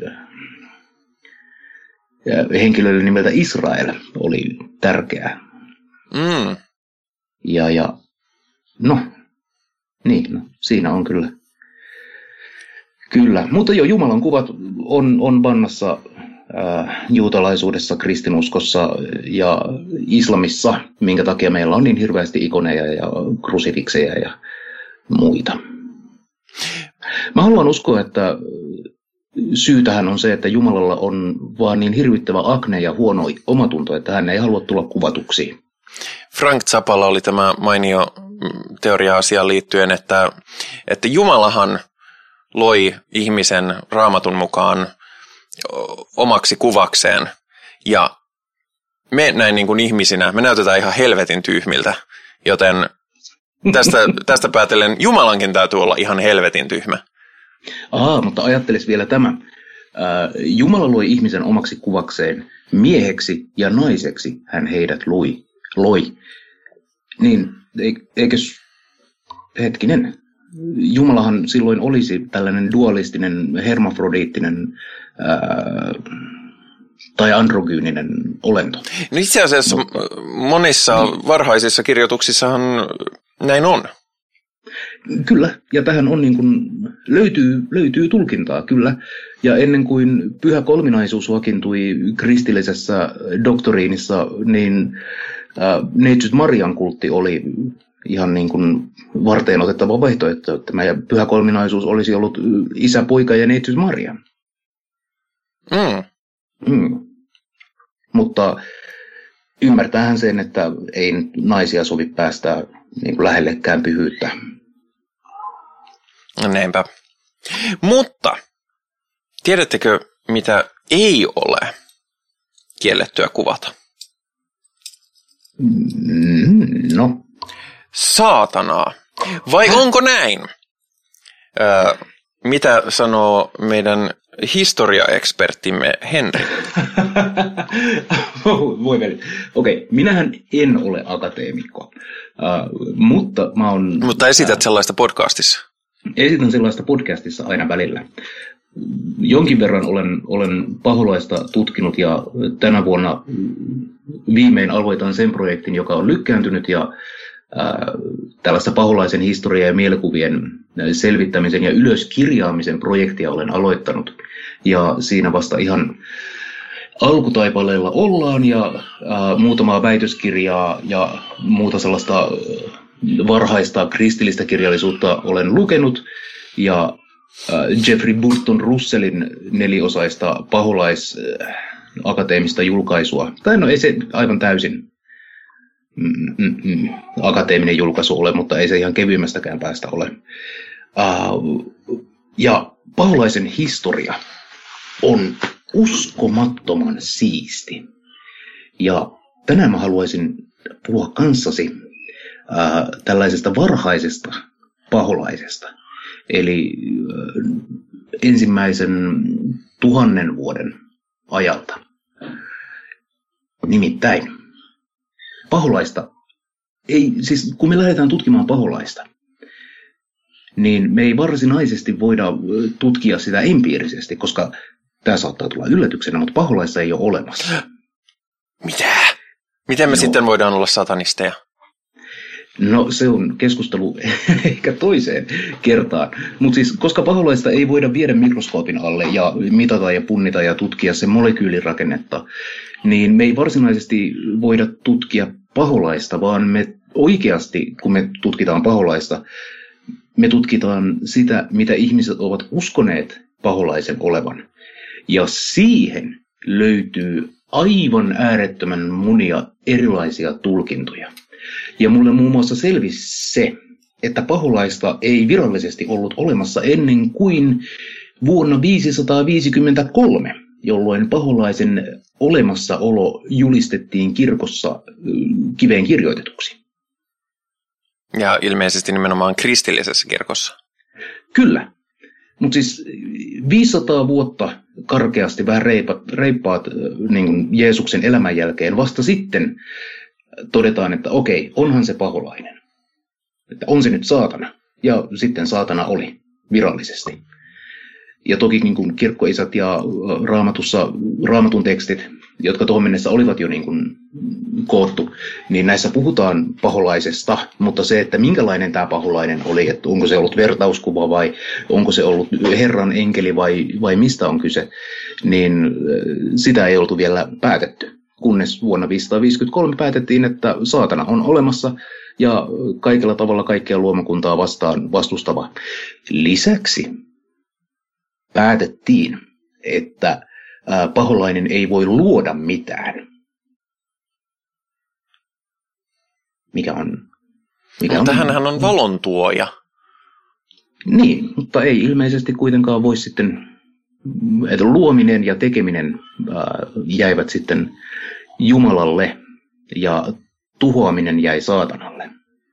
henkilölle nimeltä Israel oli tärkeää. Mm. Ja, ja no, niin, no, siinä on kyllä. Kyllä, mutta jo Jumalan kuvat on, on Vannassa, Äh, juutalaisuudessa, kristinuskossa ja islamissa, minkä takia meillä on niin hirveästi ikoneja ja krusifiksejä ja muita. Mä haluan uskoa, että syy tähän on se, että Jumalalla on vaan niin hirvittävä akne ja huono omatunto, että hän ei halua tulla kuvatuksi. Frank Zappala oli tämä mainio teoria-asiaan liittyen, että, että Jumalahan loi ihmisen Raamatun mukaan omaksi kuvakseen, ja me näin niin kuin ihmisinä, me näytetään ihan helvetin tyhmiltä, joten tästä, tästä päätellen Jumalankin täytyy olla ihan helvetin tyhmä. Aa, mutta ajattelis vielä tämä. Jumala loi ihmisen omaksi kuvakseen, mieheksi ja naiseksi hän heidät loi. loi. Niin, eikös, hetkinen, Jumalahan silloin olisi tällainen dualistinen, hermafrodiittinen ää, tai androgyyninen olento. No itse asiassa no, monissa niin. varhaisissa kirjoituksissahan näin on. Kyllä, ja tähän on niin kuin, löytyy, löytyy tulkintaa, kyllä. Ja ennen kuin pyhä kolminaisuus vakiintui kristillisessä doktoriinissa, niin ää, Neitsyt Marian kultti oli ihan niin kuin varteen otettava vaihtoehto, että tämä pyhä kolminaisuus olisi ollut isä, poika ja Neitsyt Maria. Mm. Mm. Mutta ymmärtäähän sen, että ei naisia sovi päästää niin kuin lähellekään pyhyyttä. Näinpä. Mutta tiedättekö, mitä ei ole kiellettyä kuvata? Mm, no. Saatanaa. Vai onko näin? Öö, mitä sanoo meidän historiaekspertimme Henri? Voi veli. Okei, minähän en ole akateemikko, uh, mutta mä oon... Mutta esität uh, sellaista podcastissa. Esitän sellaista podcastissa aina välillä. Jonkin verran olen, olen paholaista tutkinut ja tänä vuonna viimein aloitan sen projektin, joka on lykkääntynyt ja ää, tällaista paholaisen historiaa ja mielikuvien selvittämisen ja ylöskirjaamisen projektia olen aloittanut. Ja siinä vasta ihan alkutaipaleella ollaan ja ää, muutamaa väitöskirjaa ja muuta sellaista varhaista kristillistä kirjallisuutta olen lukenut ja Jeffrey Burton Russellin neliosaista paholaisakateemista julkaisua. Tai no ei se aivan täysin mm, mm, mm, akateeminen julkaisu ole, mutta ei se ihan kevyimmästäkään päästä ole. Uh, ja paholaisen historia on uskomattoman siisti. Ja tänään mä haluaisin puhua kanssasi ää, tällaisesta varhaisesta paholaisesta. Eli ää, ensimmäisen tuhannen vuoden ajalta. Nimittäin paholaista, ei, siis kun me lähdetään tutkimaan paholaista, niin me ei varsinaisesti voida tutkia sitä empiirisesti, koska tämä saattaa tulla yllätyksenä, mutta paholaista ei ole olemassa. Mitä? Miten me no, sitten voidaan olla satanisteja? No se on keskustelu ehkä toiseen kertaan. Mutta siis koska paholaista ei voida viedä mikroskoopin alle ja mitata ja punnita ja tutkia sen molekyylirakennetta, niin me ei varsinaisesti voida tutkia paholaista, vaan me oikeasti, kun me tutkitaan paholaista, me tutkitaan sitä, mitä ihmiset ovat uskoneet paholaisen olevan. Ja siihen löytyy aivan äärettömän monia erilaisia tulkintoja. Ja mulle muun muassa selvisi se, että paholaista ei virallisesti ollut olemassa ennen kuin vuonna viisisataaviisikymmentäkolme, jolloin paholaisen olemassaolo julistettiin kirkossa kiveen kirjoitetuksi. Ja ilmeisesti nimenomaan kristillisessä kirkossa. Kyllä. Mutta siis viisisataa vuotta karkeasti vähän reipat, reippaat niin kuin Jeesuksen elämän jälkeen vasta sitten todetaan, että okei, onhan se paholainen. Että on se nyt saatana. Ja sitten saatana oli virallisesti. Ja toki niin kuin kirkkoisät ja raamatussa, raamatun tekstit, jotka tuohon mennessä olivat jo niin kuin koottu, niin näissä puhutaan paholaisesta, mutta se, että minkälainen tämä paholainen oli, että onko se ollut vertauskuva vai onko se ollut Herran enkeli vai, vai mistä on kyse, niin sitä ei oltu vielä päätetty. Kunnes vuonna viisisataaviisikymmentäkolme päätettiin, että saatana on olemassa ja kaikella tavalla kaikkea luomakuntaa vastaan vastustava. Lisäksi päätettiin, että paholainen ei voi luoda mitään. Mikä on? Mikä mutta on? hänhän on valontuoja. Niin, mutta ei ilmeisesti kuitenkaan voi sitten, että luominen ja tekeminen jäivät sitten Jumalalle ja tuhoaminen jäi saatanalle.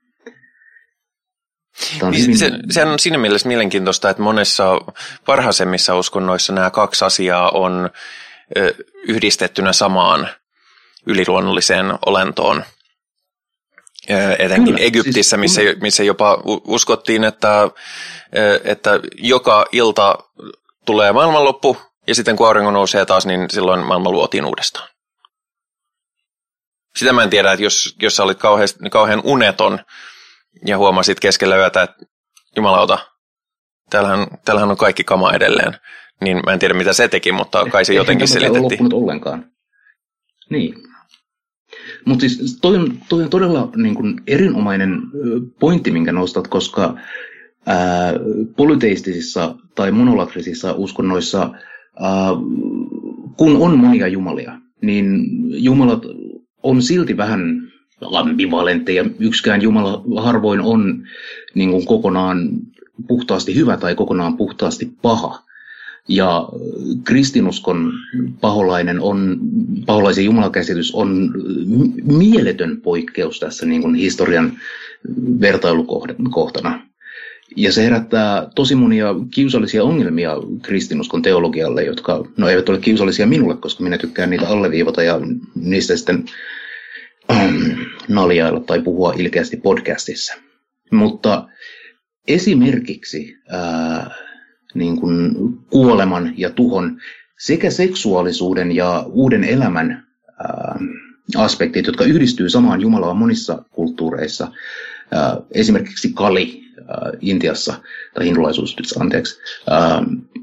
Hyvin... Se, sehän on siinä mielessä mielenkiintoista, että monessa varhaisemmissa uskonnoissa nämä kaksi asiaa on ö, yhdistettynä samaan yliluonnolliseen olentoon. Ö, etenkin Kyllä, Egyptissä, siis, missä, missä jopa uskottiin, että, ö, että joka ilta tulee maailmanloppu, ja sitten kun aurinko nousee taas, niin silloin maailma luotiin uudestaan. Sitä mä en tiedä, että jos, jos sä olit kauhean, kauhean uneton, ja huomasit keskellä yötä, että jumalauta, täällähän, täällähän on kaikki kama edelleen. Niin mä en tiedä, mitä se teki, mutta kai se jotenkin selitettiin. Ei loppunut ollenkaan. Niin. Mutta siis toi on, toi on todella niin kun erinomainen pointti, minkä nostat, koska ää, polyteistisissa tai monolatrisissa uskonnoissa, ää, kun on monia jumalia, niin jumalat on silti vähän ambivalentteja. Yksikään Jumala harvoin on niin kuin kokonaan puhtaasti hyvä tai kokonaan puhtaasti paha. Ja kristinuskon paholainen on, paholaisen jumalakäsitys on mieletön poikkeus tässä niin kuin historian vertailukohtana. Ja se herättää tosi monia kiusallisia ongelmia kristinuskon teologialle, jotka no eivät ole kiusallisia minulle, koska minä tykkään niitä alleviivata ja niistä sitten naljailla tai puhua ilkeästi podcastissa. Mutta esimerkiksi ää, niin kuin kuoleman ja tuhon sekä seksuaalisuuden ja uuden elämän ää, aspektit, jotka yhdistyy samaan Jumalaan monissa kulttuureissa. Ää, esimerkiksi Kali ää, Intiassa, tai hindulaisuus, anteeksi. Ää,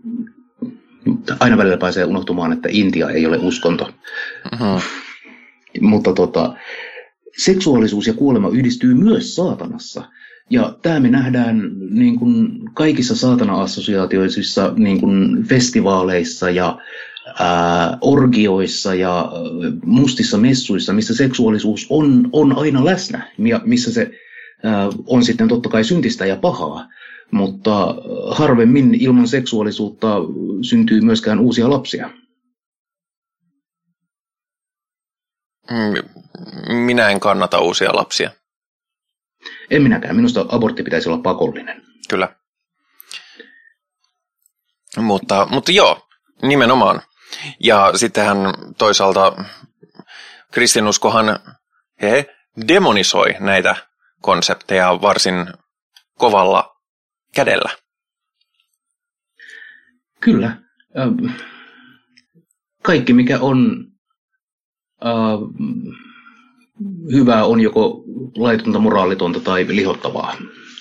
aina välillä pääsee unohtumaan, että Intia ei ole uskonto. Uh-huh. Mutta tota, seksuaalisuus ja kuolema yhdistyy myös saatanassa. Ja tämä me nähdään niin kuin kaikissa saatana-assosiaatioisissa niin kuin festivaaleissa ja ää, orgioissa ja mustissa messuissa, missä seksuaalisuus on, on aina läsnä, ja missä se ää, on sitten totta kai syntistä ja pahaa. Mutta harvemmin ilman seksuaalisuutta syntyy myöskään uusia lapsia. Minä en kannata uusia lapsia. En minäkään. Minusta abortti pitäisi olla pakollinen. Kyllä. Mutta, mutta joo, nimenomaan. Ja sittenhän toisaalta kristinuskohan he demonisoi näitä konsepteja varsin kovalla kädellä. Kyllä. Kaikki mikä on hyvää on joko laitonta, moraalitonta tai lihottavaa.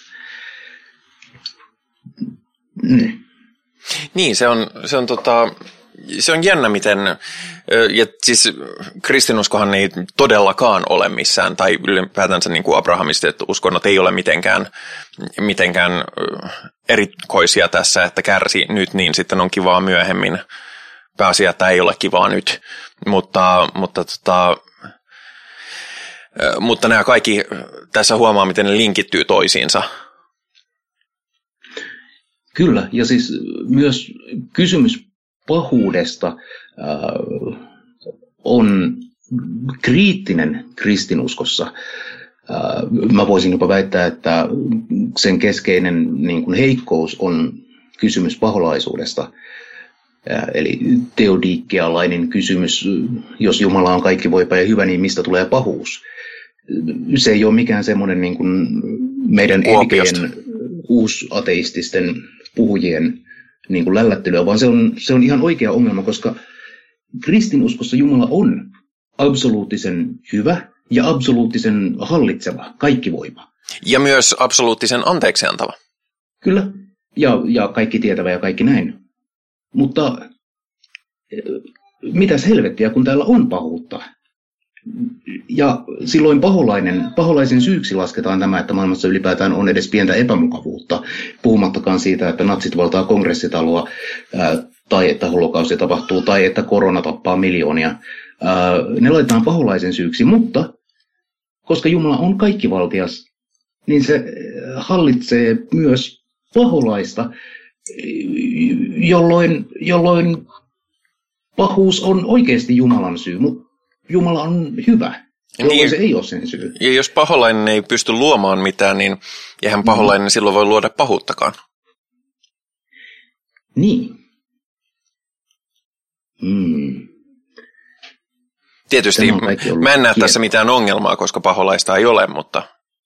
Mm. Niin, se on, se on, tota, se on jännä, miten, ja siis kristinuskohan ei todellakaan ole missään, tai ylipäätänsä niin kuin abrahamistit uskonnot ei ole mitenkään, mitenkään erikoisia tässä, että kärsi nyt, niin sitten on kivaa myöhemmin. Pääasia, että ei ole kivaa nyt, mutta, mutta, tota, mutta nämä kaikki tässä huomaa, miten ne linkittyy toisiinsa. Kyllä, ja siis myös kysymys pahuudesta äh, on kriittinen kristinuskossa. Äh, mä voisin jopa väittää, että sen keskeinen niin kuin heikkous on kysymys paholaisuudesta. Äh, eli teodiikkealainen kysymys, jos Jumala on kaikki voipa ja hyvä, niin mistä tulee pahuus? Se ei ole mikään semmoinen niin kuin meidän enkeen uusateististen puhujien niin kuin lällättelyä, vaan se on, se on ihan oikea ongelma, koska kristinuskossa Jumala on absoluuttisen hyvä ja absoluuttisen hallitseva, kaikkivoiva. Ja myös absoluuttisen anteeksiantava. Kyllä, ja, ja kaikki tietävä ja kaikki näin. Mutta mitäs helvettiä, kun täällä on pahuutta? Ja silloin paholainen, paholaisen syyksi lasketaan tämä, että maailmassa ylipäätään on edes pientä epämukavuutta, puhumattakaan siitä, että natsit valtaa kongressitaloa, ää, tai että holokausti tapahtuu, tai että korona tappaa miljoonia. Ää, ne laitetaan paholaisen syyksi, mutta koska Jumala on kaikkivaltias, niin se hallitsee myös paholaista, jolloin, jolloin pahuus on oikeasti Jumalan syy, mutta Jumala on hyvä, jolloin niin, se ei ole sen syy. Ja jos paholainen ei pysty luomaan mitään, niin eihän paholainen mm. silloin voi luoda pahuuttakaan. Niin. Mm. Tietysti mä en näe tässä mitään ongelmaa, koska paholaista ei ole, mutta...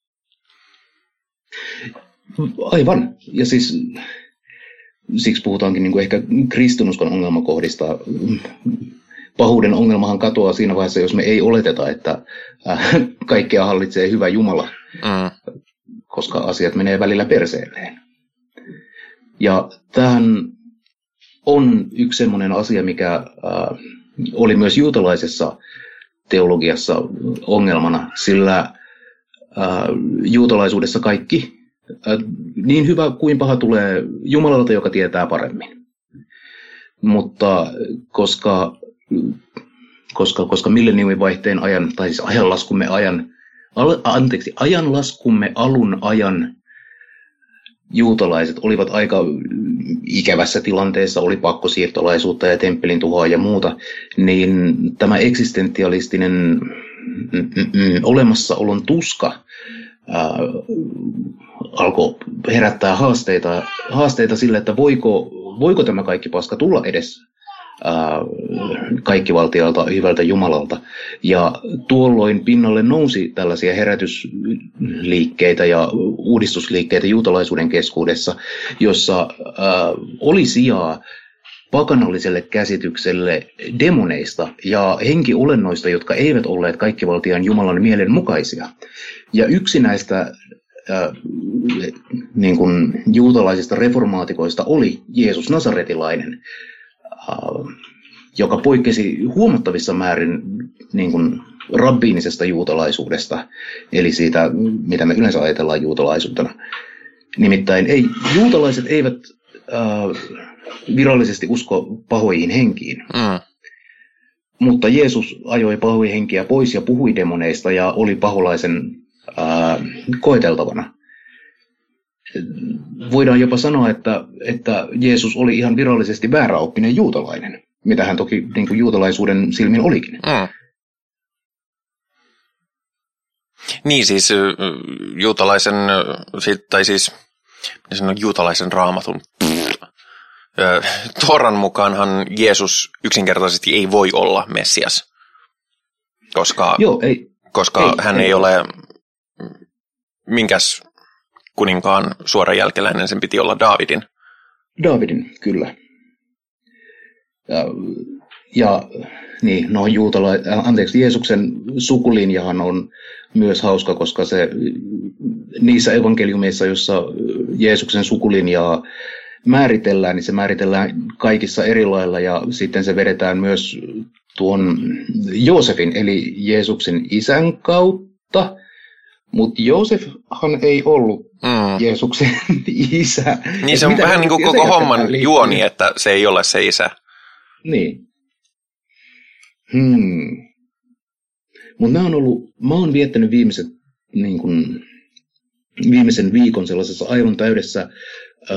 Aivan. Ja siis siksi puhutaankin niin kuin ehkä kristinuskon ongelmakohdista. Pahuuden ongelmahan katoaa siinä vaiheessa, jos me ei oleteta, että kaikkea hallitsee hyvä Jumala, mm. koska asiat menee välillä perseelleen. Ja tämähän on yksi semmoinen asia, mikä äh, oli myös juutalaisessa teologiassa ongelmana, sillä äh, juutalaisuudessa kaikki, äh, niin hyvä kuin paha, tulee Jumalalta, joka tietää paremmin. Mutta koska Koska, koska milleniumin vaihteen ajan, tai siis ajanlaskumme ajan, al, anteeksi, ajanlaskumme alun ajan juutalaiset olivat aika ikävässä tilanteessa, oli pakkosiirtolaisuutta ja temppelin tuhoa ja muuta, niin tämä eksistentialistinen mm, mm, olemassaolon tuska ää, alkoi herättää haasteita, haasteita sille, että voiko, voiko tämä kaikki paska tulla edes kaikkivaltialta, hyvältä Jumalalta. Ja tuolloin pinnalle nousi tällaisia herätysliikkeitä ja uudistusliikkeitä juutalaisuuden keskuudessa, jossa ää, oli sijaa pakanalliselle käsitykselle demoneista ja henkiolennoista, jotka eivät olleet kaikkivaltiaan Jumalan mielen mukaisia. Ja yksi näistä ää, niin kuin juutalaisista reformaatikoista oli Jeesus Nasaretilainen, joka poikkesi huomattavissa määrin niin kuin rabbiinisesta juutalaisuudesta, eli siitä, mitä me yleensä ajatellaan juutalaisuutena. Nimittäin ei, juutalaiset eivät äh, virallisesti usko pahoihin henkiin, mm. mutta Jeesus ajoi pahoja henkiä pois ja puhui demoneista ja oli paholaisen äh, koeteltavana. Voidaan jopa sanoa, että, että Jeesus oli ihan virallisesti vääräoppinen juutalainen, mitä hän toki niin kuin juutalaisuuden silmin olikin. Mm. Niin siis juutalaisen, tai siis sanon, juutalaisen raamatun, Toran mukaanhan Jeesus yksinkertaisesti ei voi olla Messias, koska, Joo, ei, koska ei, hän ei, ei ole minkäs kuninkaan suora jälkeläinen, sen piti olla Daavidin. Daavidin, kyllä. Ja, ja niin, no juutala- anteeksi, Jeesuksen sukulinjahan on myös hauska, koska se niissä evankeliumeissa, jossa Jeesuksen sukulinjaa määritellään, niin se määritellään kaikissa eri lailla ja sitten se vedetään myös tuon Joosefin eli Jeesuksen isän kautta, mutta Joosefhan ei ollut mm. Jeesuksen isä. Niin se on vähän niin kuin koko homman juoni, että se ei ole se isä. Niin. Hmm. Mutta mä oon ollut, mä oon viettänyt viimeiset, niin kun, viimeisen viikon sellaisessa aivan täydessä äh,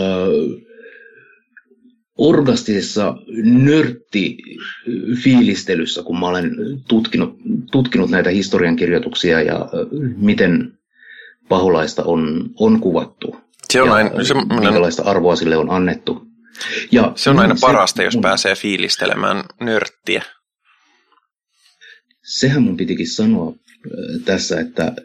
orgastisessa nörttifiilistelyssä, kun mä olen tutkinut, tutkinut näitä historiankirjoituksia ja äh, miten paholaista on, on kuvattu. Se on ja aina, se, minkälaista arvoa sille on annettu. Ja, se on aina se, parasta, jos mun, pääsee fiilistelemään nörttiä. Sehän mun pitikin sanoa äh, tässä, että äh,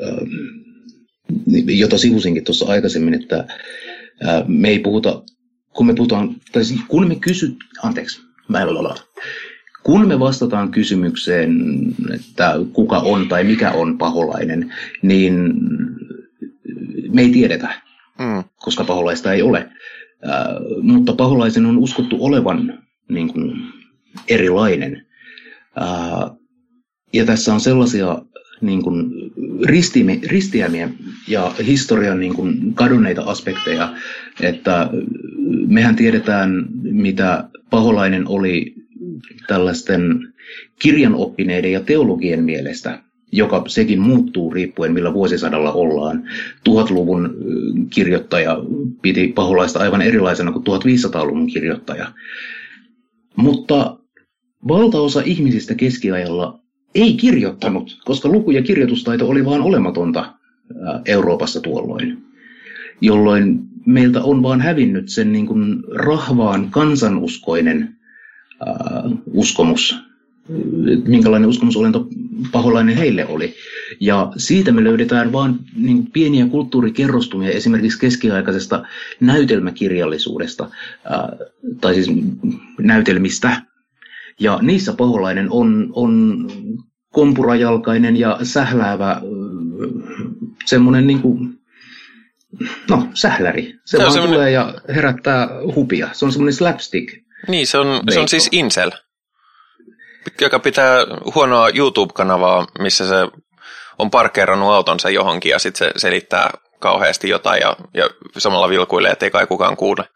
jota sivusinkin tuossa aikaisemmin, että äh, me ei puhuta, kun me puhutaan, tai kun me kysyt, anteeksi, mä en ole kun me vastataan kysymykseen, että kuka on tai mikä on paholainen, niin me ei tiedetä, mm. koska paholaista ei ole. Äh, mutta paholaisen on uskottu olevan niin kuin, erilainen. Äh, ja tässä on sellaisia niin kuin, ristiämiä ja historian niin kuin, kadonneita aspekteja, että mehän tiedetään, mitä paholainen oli tällaisten kirjanoppineiden ja teologien mielestä, joka sekin muuttuu riippuen millä vuosisadalla ollaan. Tuhatluvun kirjoittaja piti paholaista aivan erilaisena kuin tuhatviisisataaluvun kirjoittaja. Mutta valtaosa ihmisistä keskiajalla ei kirjoittanut, koska luku- ja kirjoitustaito oli vaan olematonta Euroopassa tuolloin, jolloin meiltä on vaan hävinnyt sen niin kuin rahvaan kansanuskoinen äh, uskomus, minkälainen uskomusolento paholainen heille oli. Ja siitä me löydetään vaan niin pieniä kulttuurikerrostumia esimerkiksi keskiaikaisesta näytelmäkirjallisuudesta, äh, tai siis näytelmistä. Ja niissä paholainen on, on kompurajalkainen ja sähläävä semmoinen niin kuin, no, sähläri. Se, se vaan semmoinen... tulee ja herättää hupia. Se on semmoinen slapstick. Niin, se on, se on siis incel, joka pitää huonoa YouTube-kanavaa, missä se on parkkeerannut autonsa johonkin ja sitten se selittää kauheasti jotain ja, ja samalla vilkuilee, ettei kai kukaan kuule.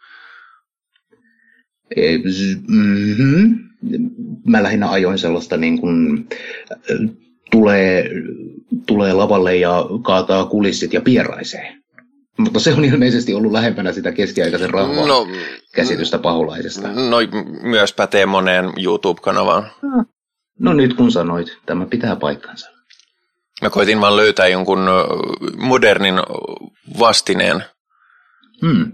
Mm-hmm. Mä lähinnä ajoin sellaista niin kuin tulee, tulee lavalle ja kaataa kulissit ja pieraisee. Mutta se on ilmeisesti ollut lähempänä sitä keskiaikaisen rahvaan no, käsitystä paholaisesta. No myös pätee moneen YouTube-kanavaan. No nyt kun sanoit, tämä pitää paikkansa. Mä koitin vaan löytää jonkun modernin vastineen. Hmm.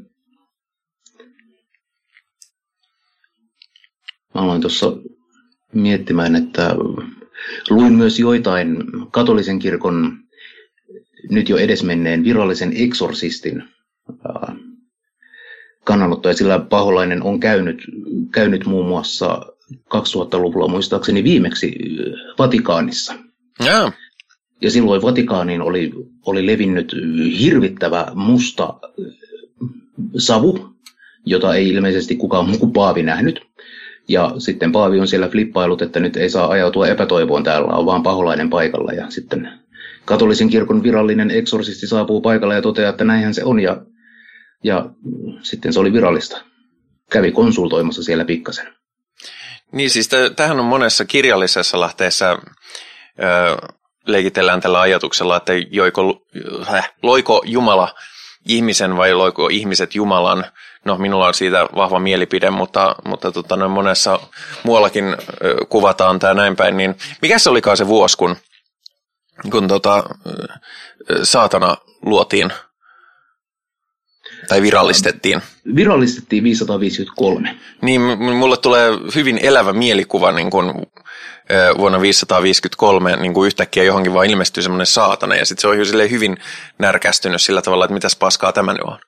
Mä aloin tuossa miettimään, että luin myös joitain katolisen kirkon nyt jo edesmenneen virallisen eksorsistin kannanottoja, sillä paholainen on käynyt, käynyt muun muassa kaksituhattaluvulla muistaakseni viimeksi Vatikaanissa. Ja, ja silloin Vatikaaniin oli, oli levinnyt hirvittävä musta savu, jota ei ilmeisesti kukaan muu kuin paavi nähnyt. Ja sitten paavi on siellä flippailut, että nyt ei saa ajautua epätoivoon, täällä on vaan paholainen paikalla. Ja sitten katolisen kirkon virallinen eksorsisti saapuu paikalle ja toteaa, että näinhän se on. Ja, ja sitten se oli virallista. Kävi konsultoimassa siellä pikkasen. Niin siis tämähän on monessa kirjallisessa lähteessä ö, leikitellään tällä ajatuksella, että joiko, äh, loiko Jumala ihmisen vai loiko ihmiset Jumalan. No, minulla on siitä vahva mielipide, mutta, mutta tota, noin monessa muuallakin ö, kuvataan tämä näin päin. Niin mikä se olikaan se vuosi, kun kun tota, saatana luotiin tai virallistettiin. Virallistettiin viisisataaviisikymmentäkolme. Niin, mulle tulee hyvin elävä mielikuva niin kun, vuonna viisisataaviisikymmentäkolme niin kun yhtäkkiä johonkin vaan ilmestyy semmoinen saatana, ja sitten se on jo hyvin närkästynyt sillä tavalla, että mitäs paskaa tämä nyt on.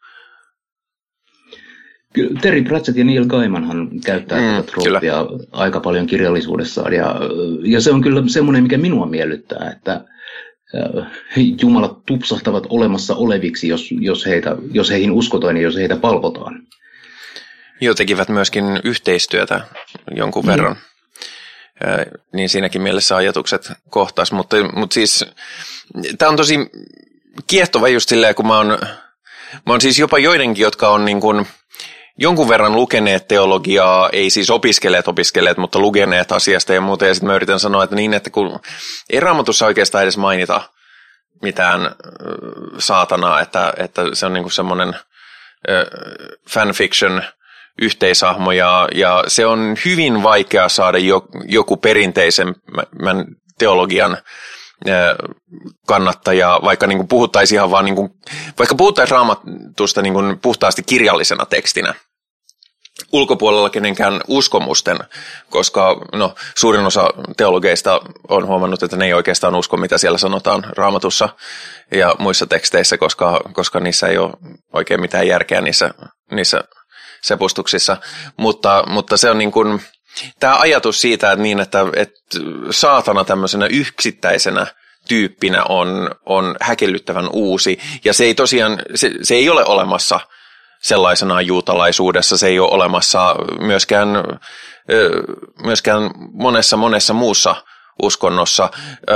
Kyllä, Terry Pratchett ja Neil Gaimanhan käyttää mm, tätä troppia aika paljon kirjallisuudessaan, ja, ja se on kyllä semmoinen, mikä minua miellyttää, että jumalat tupsahtavat olemassa oleviksi, jos, jos, heitä, jos heihin uskotaan ja jos heitä palvotaan. Joo, tekivät myöskin yhteistyötä jonkun mm. verran. Niin siinäkin mielessä ajatukset kohtas, mutta, mutta siis tämä on tosi kiehtova just silleen, kun mä oon, mä oon siis jopa joidenkin, jotka on niin kuin jonkun verran lukeneet teologiaa, ei siis opiskeleet opiskeleet, mutta lukeneet asiasta ja muuta, ja sitten mä yritän sanoa, että niin, että kun ei Raamatussa oikeastaan edes mainita mitään saatanaa, että, että se on niin kuin semmoinen fanfiction yhteishahmo, ja, ja se on hyvin vaikea saada jo, joku perinteisemmän teologian kannattaja, vaikka niin kuin puhuttaisiin ihan vaan, niin kuin, vaikka puhuttaisiin Raamatusta niin kuin puhtaasti kirjallisena tekstinä, ulkopuolella kenenkään uskomusten, koska no, suurin osa teologeista on huomannut, että ne ei oikeastaan usko, mitä siellä sanotaan Raamatussa ja muissa teksteissä, koska, koska niissä ei ole oikein mitään järkeä niissä, niissä sepustuksissa, mutta, mutta se on niin kuin tämä ajatus siitä, että, niin, että, että saatana tämmöisenä yksittäisenä tyyppinä on, on häkellyttävän uusi, ja se ei tosiaan, se, se ei ole olemassa sellaisenaan juutalaisuudessa, se ei ole olemassa myöskään, myöskään monessa monessa muussa uskonnossa.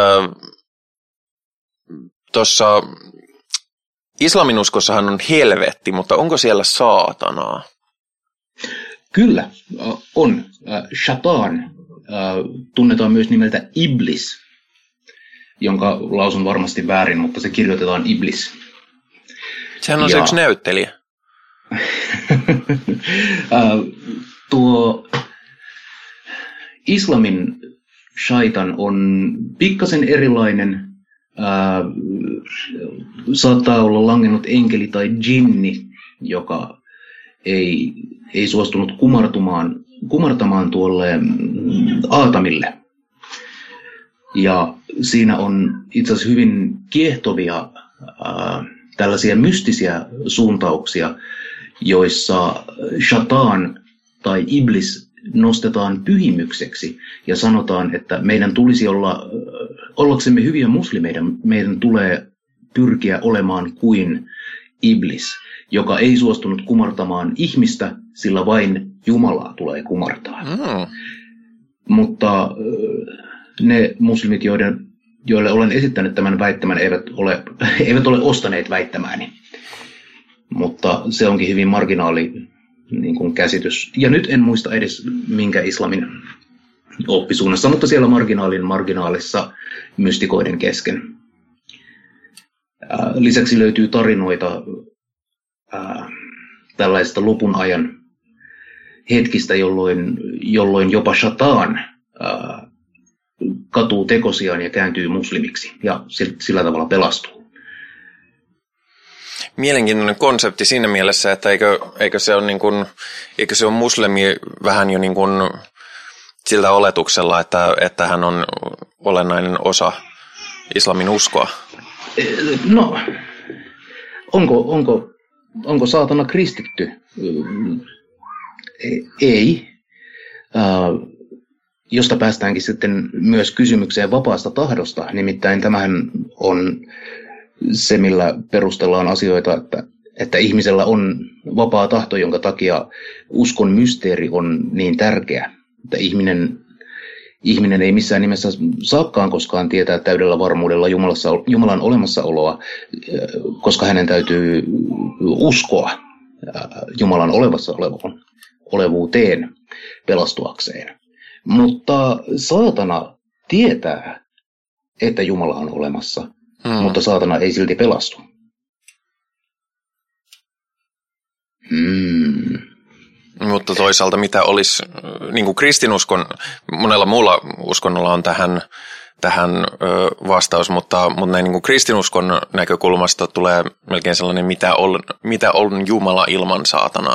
Tuossa islamin uskossahan on helvetti, mutta onko siellä saatanaa? Kyllä, on. Shaitan tunnetaan myös nimeltä Iblis, jonka lausun varmasti väärin, mutta se kirjoitetaan Iblis. Sehän on ja... se yksi näyttelijä. Tuo islamin shaitan on pikkasen erilainen. Saattaa olla langennut enkeli tai djinni, joka ei, ei suostunut kumartumaan, kumartamaan tuolle Aatamille. Ja siinä on itse asiassa hyvin kiehtovia ää, tällaisia mystisiä suuntauksia, joissa Shaitan tai Iblis nostetaan pyhimykseksi ja sanotaan, että meidän tulisi olla, ollaksemme hyviä muslimeita, meidän tulee pyrkiä olemaan kuin Iblis, joka ei suostunut kumartamaan ihmistä, sillä vain Jumalaa tulee kumartaa. Mm. Mutta ne muslimit, joiden, joille olen esittänyt tämän väittämän, eivät ole, eivät ole ostaneet väittämääni. Mutta se onkin hyvin marginaali niin kuin käsitys. Ja nyt en muista edes minkä islamin oppisuunnassa, mutta siellä marginaalin marginaalissa mystikoiden kesken. Lisäksi löytyy tarinoita ää, tällaista lopun ajan hetkistä, jolloin, jolloin jopa Shaitan ää, katuu tekosiaan ja kääntyy muslimiksi ja sillä tavalla pelastuu. Mielenkiintoinen konsepti siinä mielessä, että eikö, eikö, se, ole niin kuin, eikö se ole muslimi vähän jo niin kuin sillä oletuksella, että, että hän on olennainen osa islamin uskoa? No, onko, onko, onko saatana kristitty? Ei. Josta päästäänkin sitten myös kysymykseen vapaasta tahdosta. Nimittäin tämähän on se, millä perustellaan asioita, että, että ihmisellä on vapaa tahto, jonka takia uskon mysteeri on niin tärkeä. Että ihminen, ihminen ei missään nimessä saakaan koskaan tietää täydellä varmuudella Jumalassa, Jumalan olemassaoloa, koska hänen täytyy uskoa Jumalan olevassa olevuuteen pelastuakseen. Mutta saatana tietää, että Jumala on olemassa, hmm. mutta saatana ei silti pelastu. Hmm. Mutta toisaalta mitä olisi, niin kuin kristinuskon, monella muulla uskonnolla on tähän tähän ö, vastaus, mutta, mutta näin niin kuin kristinuskon näkökulmasta tulee melkein sellainen, mitä on, mitä on Jumala ilman saatanaa.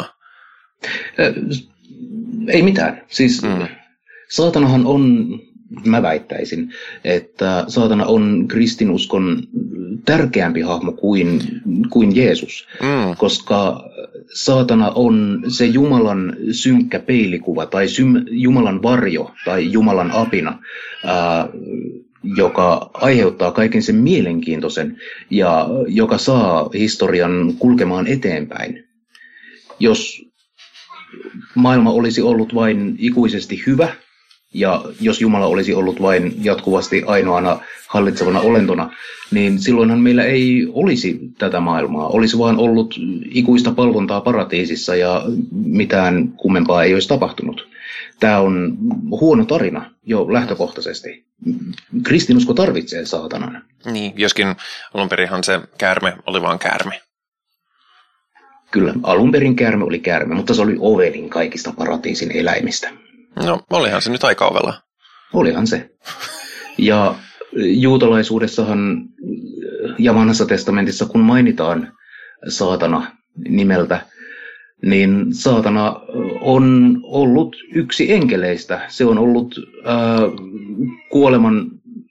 Ei mitään. Siis mm. saatanahan on, mä väittäisin, että saatana on kristinuskon tärkeämpi hahmo kuin, kuin Jeesus, mm. koska saatana on se Jumalan synkkä peilikuva tai sym, Jumalan varjo tai Jumalan apina, ää, joka aiheuttaa kaiken sen mielenkiintoisen ja joka saa historian kulkemaan eteenpäin. Jos maailma olisi ollut vain ikuisesti hyvä, ja jos Jumala olisi ollut vain jatkuvasti ainoana hallitsevana olentona, niin silloinhan meillä ei olisi tätä maailmaa. Olisi vaan ollut ikuista palvontaa paratiisissa ja mitään kummempaa ei olisi tapahtunut. Tämä on huono tarina jo lähtökohtaisesti. Kristinusko tarvitsee saatanan. Niin, joskin alunperinhan se käärme oli vain käärme. Kyllä, alunperin käärme oli käärme, mutta se oli ovelin kaikista paratiisin eläimistä. No, olihan se nyt aika ovella. Olihan se. Ja juutalaisuudessahan ja vanhassa testamentissa, kun mainitaan saatana nimeltä, niin saatana on ollut yksi enkeleistä. Se on ollut äh, kuoleman...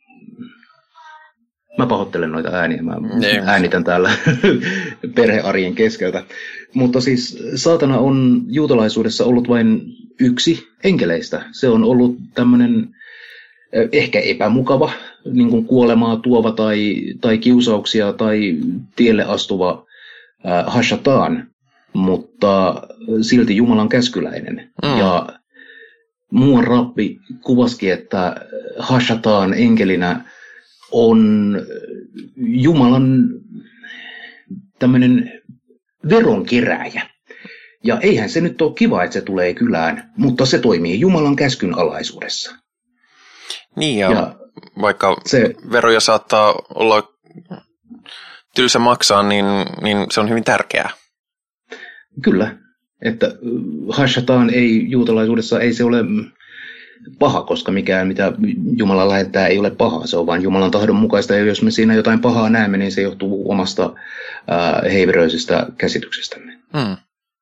Mä pahoittelen noita ääniä, mä ne. äänitän täällä perhearjen keskeltä. Mutta siis saatana on juutalaisuudessa ollut vain yksi enkeleistä. Se on ollut tämmöinen ehkä epämukava, niin kuin kuolemaa tuova tai, tai kiusauksia tai tielle astuva äh, Hashatan, mutta silti Jumalan käskyläinen. Mm. Ja muuan rabbi kuvasikin, että Hashatan enkelinä on Jumalan tämmöinen veronkeräjä. Ja eihän se nyt ole kiva, että se tulee kylään, mutta se toimii Jumalan käskyn alaisuudessa. Niin, ja, ja vaikka se, veroja saattaa olla tylsä maksaa, niin, niin se on hyvin tärkeää. Kyllä, että Hashatan ei juutalaisuudessa, ei se ole paha, koska mikään, mitä Jumala lähettää, ei ole pahaa. Se on vain Jumalan tahdon mukaista, ja jos me siinä jotain pahaa näemme, niin se johtuu omasta ää, heiveröisestä käsityksestämme. Hmm.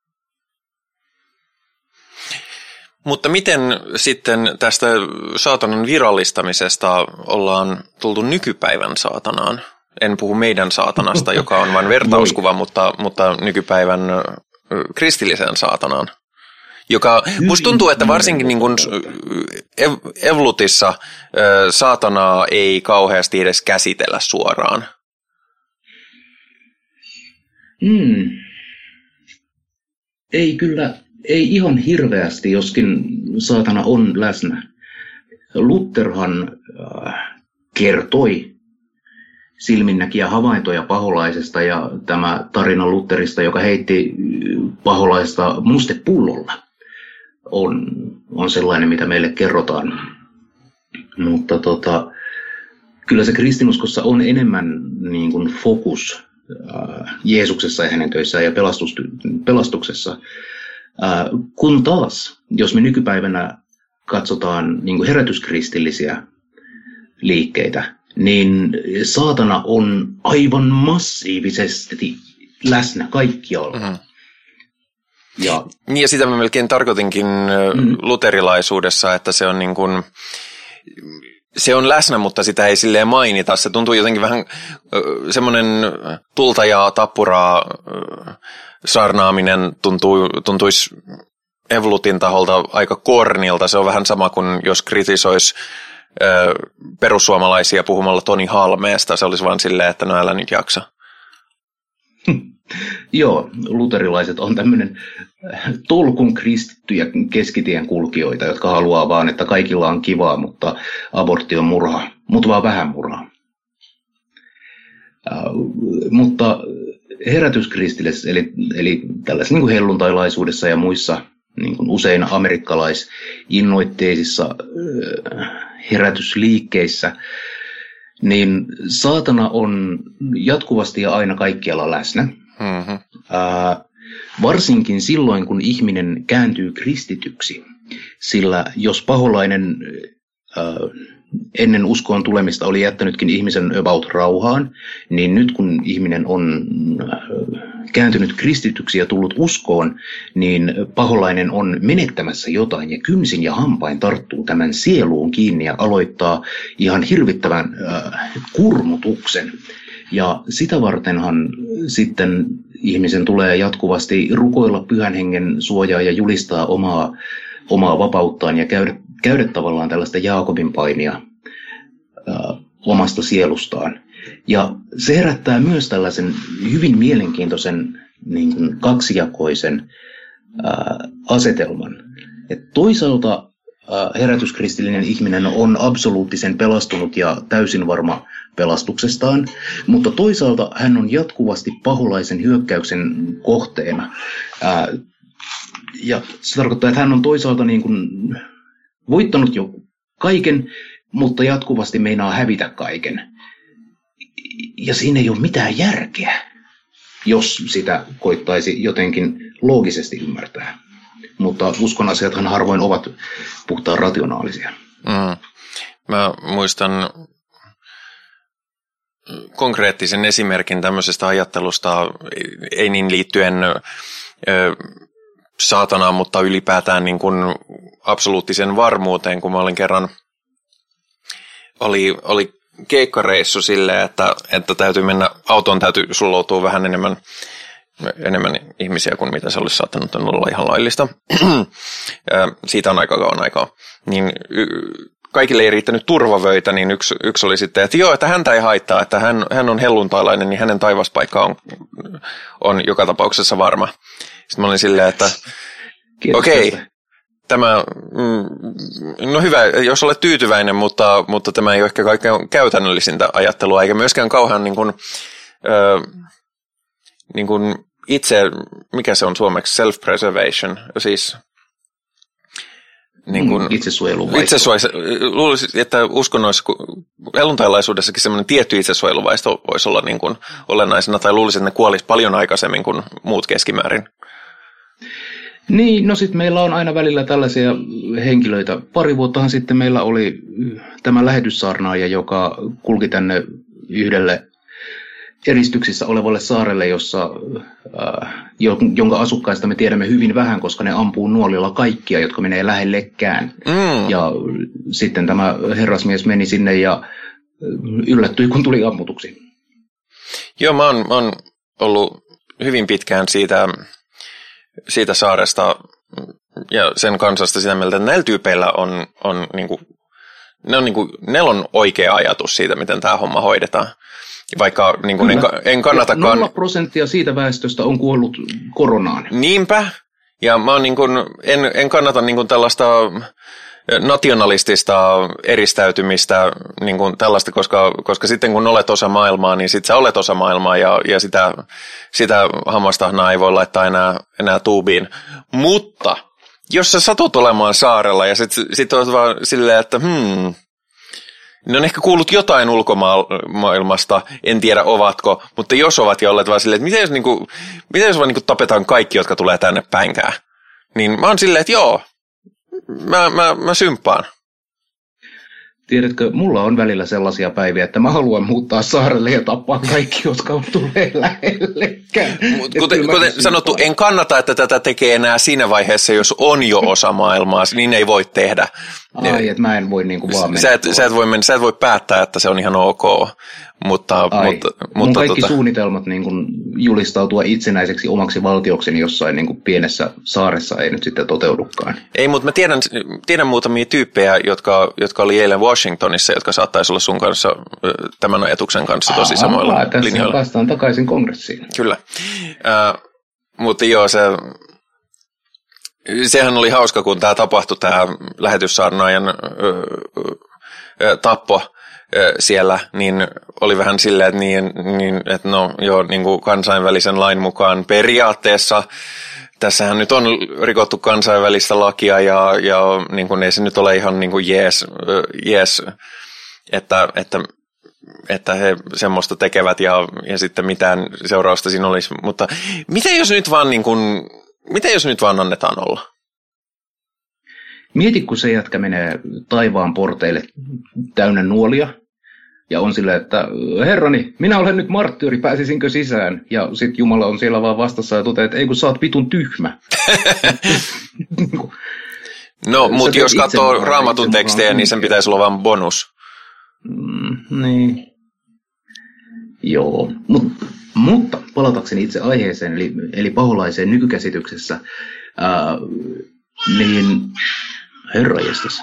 Mutta miten sitten tästä saatanan virallistamisesta ollaan tultu nykypäivän saatanaan? En puhu meidän saatanasta, joka on vain vertauskuva, mutta, mutta nykypäivän kristilliseen saatanaan. Joka, musta tuntuu, että varsinkin niin kuin ev- Evlutissa saatanaa ei kauheasti edes käsitellä suoraan. Hmm. Ei kyllä, ei ihan hirveästi, joskin saatana on läsnä. Lutherhan äh, kertoi silminnäkiä havaintoja paholaisesta ja tämä tarina Lutherista, joka heitti paholaista mustepullolla, on, on sellainen, mitä meille kerrotaan. Mutta tota, kyllä se kristinuskossa on enemmän niin kuin fokus äh, Jeesuksessa ja hänen töissään ja pelastus, pelastuksessa. Äh, kun taas, jos me nykypäivänä katsotaan niin kuin herätyskristillisiä liikkeitä, niin saatana on aivan massiivisesti läsnä kaikkialla. Mm-hmm. Ja, niin ja sitä mä melkein tarkoitinkin mm-hmm. luterilaisuudessa, että se on niin kuin, se on läsnä, mutta sitä ei silleen mainita. Se tuntuu jotenkin vähän semmoinen tulta ja tappuraa saarnaaminen tuntuu, tuntuisi Evlutin taholta aika kornilta. Se on vähän sama kuin jos kritisoisi perussuomalaisia puhumalla Toni Halmeesta. Se olisi vaan silleen, että no älä nyt jaksa. Joo, luterilaiset on tämmöinen tolkun kristittyjä keskitien kulkijoita, jotka haluaa vaan, että kaikilla on kivaa, mutta abortti on murha, mutta vaan vähän murhaa. Uh, mutta herätyskristillisessä, eli, eli tällaisessa niin kuin helluntailaisuudessa ja muissa niin kuin usein amerikkalaisinnoitteisissa uh, herätysliikkeissä, niin saatana on jatkuvasti ja aina kaikkialla läsnä. Mm-hmm. Uh, varsinkin silloin, kun ihminen kääntyy kristityksi. Sillä jos paholainen ennen uskoon tulemista oli jättänytkin ihmisen about rauhaan, niin nyt kun ihminen on kääntynyt kristityksi ja tullut uskoon, niin paholainen on menettämässä jotain ja kynsin ja hampain tarttuu tämän sieluun kiinni ja aloittaa ihan hirvittävän äh, kurmutuksen. Ja sitä vartenhan sitten ihmisen tulee jatkuvasti rukoilla pyhän hengen suojaa ja julistaa omaa, omaa vapauttaan ja käydä, käydä tavallaan tällaista Jaakobin painia äh, omasta sielustaan. Ja se herättää myös tällaisen hyvin mielenkiintoisen niin kuin kaksijakoisen ää, asetelman. Et toisaalta ää, herätyskristillinen ihminen on absoluuttisen pelastunut ja täysin varma pelastuksestaan, mutta toisaalta hän on jatkuvasti paholaisen hyökkäyksen kohteena. Ää, ja se tarkoittaa, että hän on toisaalta niin kuin voittanut jo kaiken, mutta jatkuvasti meinaa hävitä kaiken. Ja siinä ei ole mitään järkeä, jos sitä koittaisi jotenkin loogisesti ymmärtää. Mutta uskon asiathan harvoin ovat puhtaan rationaalisia. Mm. Mä muistan konkreettisen esimerkin tämmöisestä ajattelusta, ei niin liittyen ö, saatanaan, mutta ylipäätään niin kuin absoluuttisen varmuuteen, kun mä olin kerran, oli... oli keikkareissu silleen, että, että täytyy mennä, autoon täytyy sulloutua vähän enemmän, enemmän ihmisiä kuin mitä se olisi saattanut olla ihan laillista. Siitä on aika kauan aikaa. Niin kaikille ei riittänyt turvavöitä, niin yksi, yksi oli sitten, että joo, että häntä ei haittaa, että hän, hän on helluntailainen, niin hänen taivaspaikka on, on joka tapauksessa varma. Sitten mä olin silleen, että okei, okay, tämä, no hyvä, jos olet tyytyväinen, mutta, mutta tämä ei ole ehkä kaikkein käytännöllisintä ajattelua, eikä myöskään kauhean niin kuin, ö, niin kuin itse, mikä se on suomeksi, self-preservation, siis niin kuin, itsesuojeluvaisto. Itsesuojelu, luulisin, että uskonnoissa, helluntailaisuudessakin semmoinen tietty itsesuojeluvaisto voisi olla niin kuin olennaisena, tai luulisin, että ne kuolisi paljon aikaisemmin kuin muut keskimäärin. Niin, no sitten meillä on aina välillä tällaisia henkilöitä. Pari vuottahan sitten meillä oli tämä lähetyssaarnaaja, joka kulki tänne yhdelle eristyksissä olevalle saarelle, jossa, äh, jonka asukkaista me tiedämme hyvin vähän, koska ne ampuu nuolilla kaikkia, jotka menee lähellekään. Mm. Ja sitten tämä herrasmies meni sinne ja yllättyi, kun tuli ammutuksi. Joo, mä oon, mä oon ollut hyvin pitkään siitä... siitä saaresta ja sen kansasta sitä mieltä, että näillä tyypeillä on, on, niinku, ne on, niinku, ne on oikea ajatus siitä, miten tämä homma hoidetaan. Vaikka niinku, en, en kannatakaan... Nolla prosenttia siitä väestöstä on kuollut koronaan. Niinpä. Ja mä oon, niinku, en, en kannata niinku, tällaista nationalistista eristäytymistä, niin kuin tällaista, koska, koska sitten kun olet osa maailmaa, niin sitten sä olet osa maailmaa ja, ja sitä, sitä hammastahnaa ei voi laittaa enää, enää tuubiin. Mutta jos sä satut olemaan saarella ja sitten sit olet vaan silleen, että hmm, ne on ehkä kuullut jotain ulkomaailmasta, en tiedä ovatko, mutta jos ovat ja olleet vaan silleen, että miten jos, niin kuin, miten jos vaan niin kuin tapetaan kaikki, jotka tulee tänne päinkään, niin mä oon silleen, että joo, Mä, mä, mä symppaan. Tiedätkö, mulla on välillä sellaisia päiviä, että mä haluan muuttaa saarelle ja tappaa kaikki, jotka tulee lähellekään. Kuten, kuten sanottu, en kannata, että tätä tekee enää siinä vaiheessa, jos on jo osa maailmaa, niin ei voi tehdä. Ai, että mä en voi niinku vaan mennä. Sä et, sä, et voi mennä, sä et voi päättää, että se on ihan ok. Mutta, Ai, mutta, mun mutta kaikki tota... suunnitelmat niin kun julistautua itsenäiseksi omaksi valtiokseni jossain niin kun pienessä saaressa ei nyt sitten toteudukaan. Ei, mutta mä tiedän, tiedän muutamia tyyppejä, jotka, jotka oli eilen Washingtonissa, jotka saattaisi olla sun kanssa tämän ajatuksen kanssa tosi Aha, samoilla tässä linjoilla. Tässä päästään takaisin kongressiin. Kyllä. Äh, mutta joo, se... Sehän oli hauska, kun tämä tapahtui, tämä lähetyssaarnaajan tappo ö, siellä, niin oli vähän silleen, että, niin, niin, että no, joo, niin kuin kansainvälisen lain mukaan periaatteessa tässähän nyt on rikottu kansainvälistä lakia ja, ja niin kuin ei se nyt ole ihan niin kuin jees, jees että, että, että he semmoista tekevät ja, ja sitten mitään seurausta siinä olisi. Mutta mitä jos nyt vaan niin kuin... Mitä jos nyt vaan annetaan olla? Mieti, kun se jätkä menee taivaan porteille täynnä nuolia, ja on silleen, että herrani, minä olen nyt marttyyri, pääsisinkö sisään? Ja sitten Jumala on siellä vaan vastassa ja toteaa, että ei kun sä oot vitun tyhmä. No, mutta jos katsoo Raamatun tekstejä, niin sen pitäisi olla vain bonus. Mm, niin. Joo, Mut, mutta palatakseni itse aiheeseen, eli, eli paholaiseen nykykäsityksessä, ää, niin herranjestas.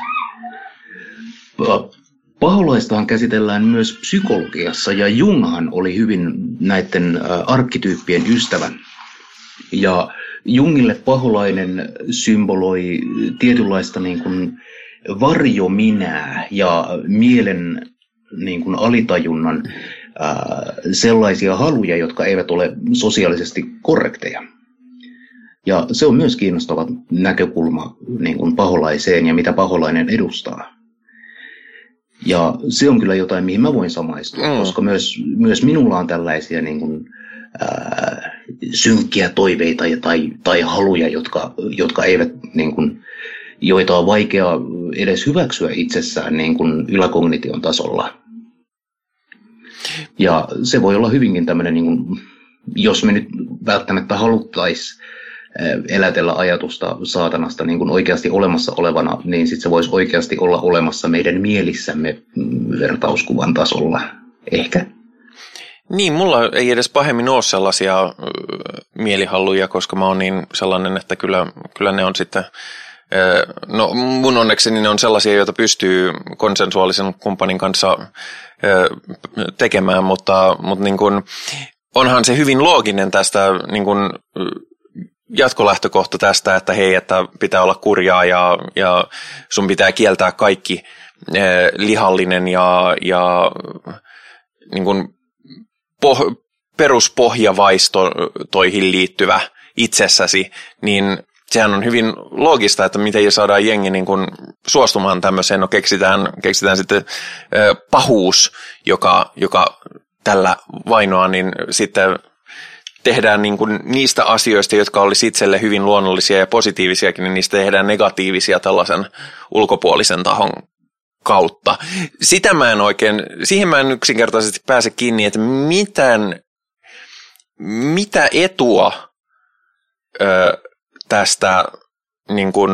Paholaistahan käsitellään myös psykologiassa, ja Junghan oli hyvin näiden ää, arkkityyppien ystävä. Ja Jungille paholainen symboloi tietynlaista niin kuin varjominää ja mielen niin kuin alitajunnan ää, sellaisia haluja, jotka eivät ole sosiaalisesti korrekteja. Ja se on myös kiinnostava näkökulma niin kuin paholaiseen ja mitä paholainen edustaa. Ja se on kyllä jotain, mihin mä voin samaistua, mm. koska myös, myös minulla on tällaisia niin kuin, ää, synkkiä toiveita tai, tai haluja, jotka, jotka eivät, niin kuin, joita on vaikea edes hyväksyä itsessään niin kuin yläkognition tasolla. Ja se voi olla hyvinkin tämmöinen, niin kuin, jos me nyt välttämättä haluttaisiin elätellä ajatusta saatanasta niin kuin oikeasti olemassa olevana, niin sitten se voisi oikeasti olla olemassa meidän mielissämme vertauskuvan tasolla. Ehkä? Niin, mulla ei edes pahemmin ole sellaisia äh, mielihalluja, koska mä oon niin sellainen, että kyllä, kyllä ne on sitten, äh, no mun onnekseni ne on sellaisia, joita pystyy konsensuaalisen kumppanin kanssa äh, tekemään, mutta, mutta niin kun, onhan se hyvin looginen tästä niin kun, jatkolähtökohta tästä, että hei, että pitää olla kurjaa ja, ja sun pitää kieltää kaikki eh, lihallinen ja, ja niin kuin poh, peruspohjavaistoihin liittyvä itsessäsi, niin sehän on hyvin loogista, että miten saadaan jengi niin kuin suostumaan tämmöiseen. No keksitään, keksitään sitten eh, pahuus, joka, joka tällä vainoa, niin sitten tehdään niin kuin niistä asioista, jotka olisi itselle hyvin luonnollisia ja positiivisiakin, niin niistä tehdään negatiivisia tällaisen ulkopuolisen tahon kautta. Sitä mä en oikein, siihen mä en yksinkertaisesti pääse kiinni, että mitään, mitä etua ö, tästä niin kuin,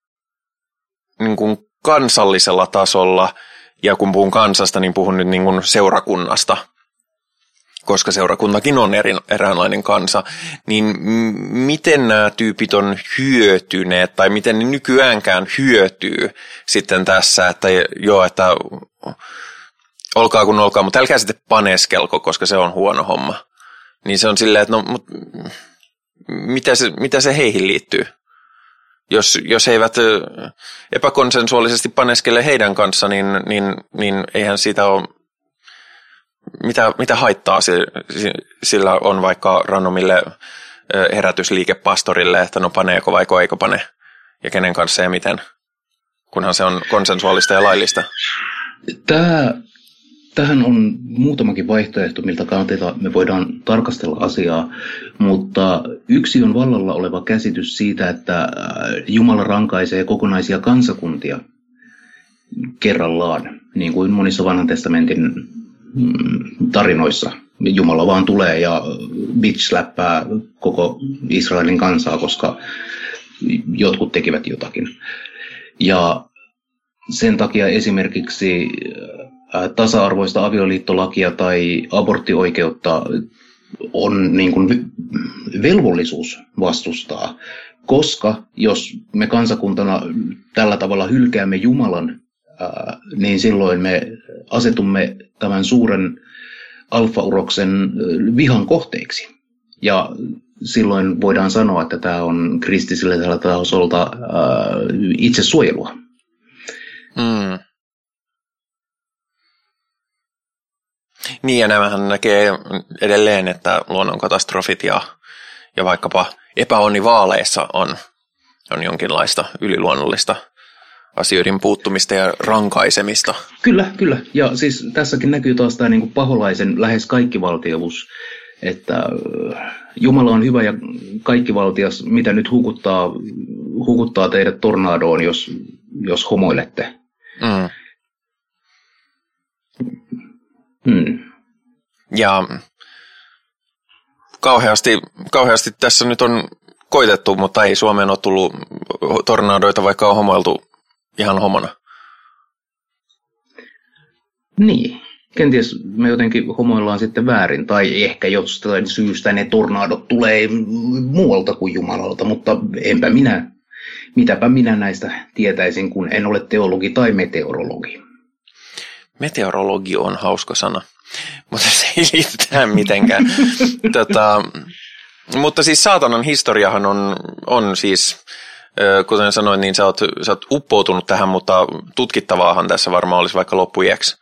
niin kuin kansallisella tasolla, ja kun puhun kansasta, niin puhun nyt niin kuin seurakunnasta, koska seurakuntakin on eri, eräänlainen kansa, niin m- miten nämä tyypit on hyötyneet, tai miten ne nykyäänkään hyötyy sitten tässä, että joo, että olkaa kun olkaa, mutta älkää sitten paneskelko, koska se on huono homma. Niin se on silleen, että no, mut, mitä, se, mitä se heihin liittyy? Jos, jos he eivät epäkonsensuaalisesti paneskele heidän kanssa, niin, niin, niin eihän siitä ole Mitä, mitä haittaa sillä on vaikka randomille herätysliikepastorille, että no paneeko vaiko eikö pane, ja kenen kanssa ja miten, kunhan se on konsensuaalista ja laillista? Tämä, tähän on muutamakin vaihtoehto, miltä kantilta me voidaan tarkastella asiaa, mutta yksi on vallalla oleva käsitys siitä, että Jumala rankaisee kokonaisia kansakuntia kerrallaan, niin kuin monissa vanhan testamentin tarinoissa. Jumala vaan tulee ja bitch-läppää koko Israelin kansaa, koska jotkut tekivät jotakin. Ja sen takia esimerkiksi tasa-arvoista avioliittolakia tai aborttioikeutta on niin kuin velvollisuus vastustaa, koska jos me kansakuntana tällä tavalla hylkäämme Jumalan, niin silloin me asetumme tämän suuren alfauroksen vihan kohteeksi. Ja silloin voidaan sanoa, että tämä on kristillisellä tasolta itsesuojelua. Mm. Niin, ja nämähän näkee edelleen, että luonnonkatastrofit ja, ja vaikkapa epäonni vaaleissa on, on jonkinlaista yliluonnollista asioiden puuttumista ja rankaisemista. Kyllä, kyllä. Ja siis tässäkin näkyy taas tämä niin kuin paholaisen lähes kaikkivaltiavuus, että Jumala on hyvä ja kaikkivaltias, mitä nyt hukuttaa, hukuttaa teidät tornadoon, jos jos homoilette. Mm. Hmm. Ja kauheasti, kauheasti tässä nyt on koitettu, mutta ei Suomeen ole tullut tornadoita, vaikka on homoiltu ihan homona. Niin. Kenties me jotenkin homoillaan sitten väärin, tai ehkä jostain syystä ne tornadot tulee muualta kuin Jumalalta, mutta enpä minä, mitäpä minä näistä tietäisin, kun en ole teologi tai meteorologi. Meteorologi on hauska sana, mutta se ei liity tähän mitenkään. tota, mutta siis saatanan historiahan on, on siis, kuten sanoin, niin sä oot, sä oot uppoutunut tähän, mutta tutkittavaahan tässä varmaan olisi vaikka loppuiäksi.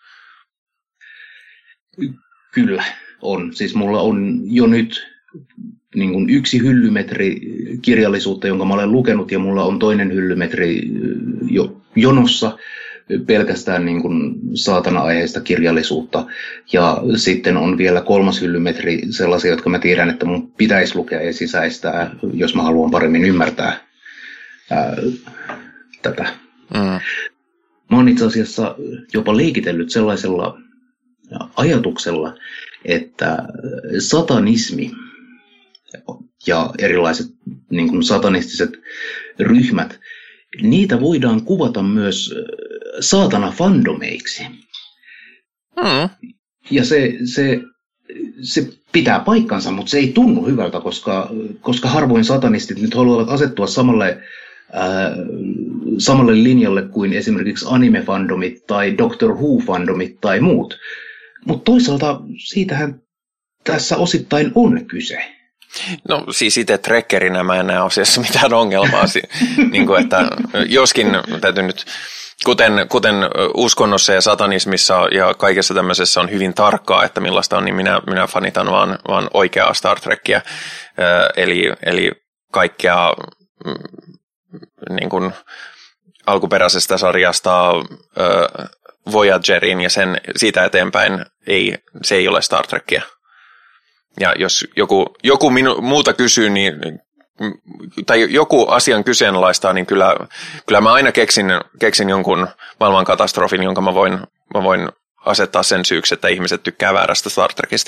Kyllä on. Siis mulla on jo nyt niin kuin yksi hyllymetri kirjallisuutta, jonka mä olen lukenut, ja mulla on toinen hyllymetri jo jonossa pelkästään niin kuin saatana-aiheista kirjallisuutta. Ja sitten on vielä kolmas hyllymetri sellaisia, jotka mä tiedän, että mun pitäisi lukea ja sisäistää, jos mä haluan paremmin ymmärtää ää, tätä. Mm. Mä oon itse asiassa jopa leikitellyt sellaisella ajatuksella, että satanismi ja erilaiset niin kuin satanistiset ryhmät, niitä voidaan kuvata myös saatana-fandomeiksi. Mm. Ja se, se, se pitää paikkansa, mutta se ei tunnu hyvältä, koska, koska harvoin satanistit nyt haluavat asettua samalle, ää, samalle linjalle kuin esimerkiksi anime-fandomit tai Doctor Who-fandomit tai muut. Mutta toisaalta siitähän tässä osittain on kyse. No siis itse trekkerinä mä en näe asiassa mitään ongelmaa. niin kuin, että joskin täytyy nyt, kuten, kuten uskonnossa ja satanismissa ja kaikessa tämmöisessä on hyvin tarkkaa, että millaista on, niin minä, minä fanitan vaan, vaan oikeaa Star Trekkiä. Eli, eli kaikkea niin kuin alkuperäisestä sarjasta Voyagerin ja sen siitä eteenpäin ei, se ei ole Star Trekkiä. Ja jos joku, joku minu, muuta kysyy, niin, tai joku asian kyseenalaistaa, niin kyllä, kyllä mä aina keksin, keksin jonkun maailmankatastrofin, jonka mä voin, mä voin asettaa sen syyksi, että ihmiset tykkää väärästä Star Trekistä.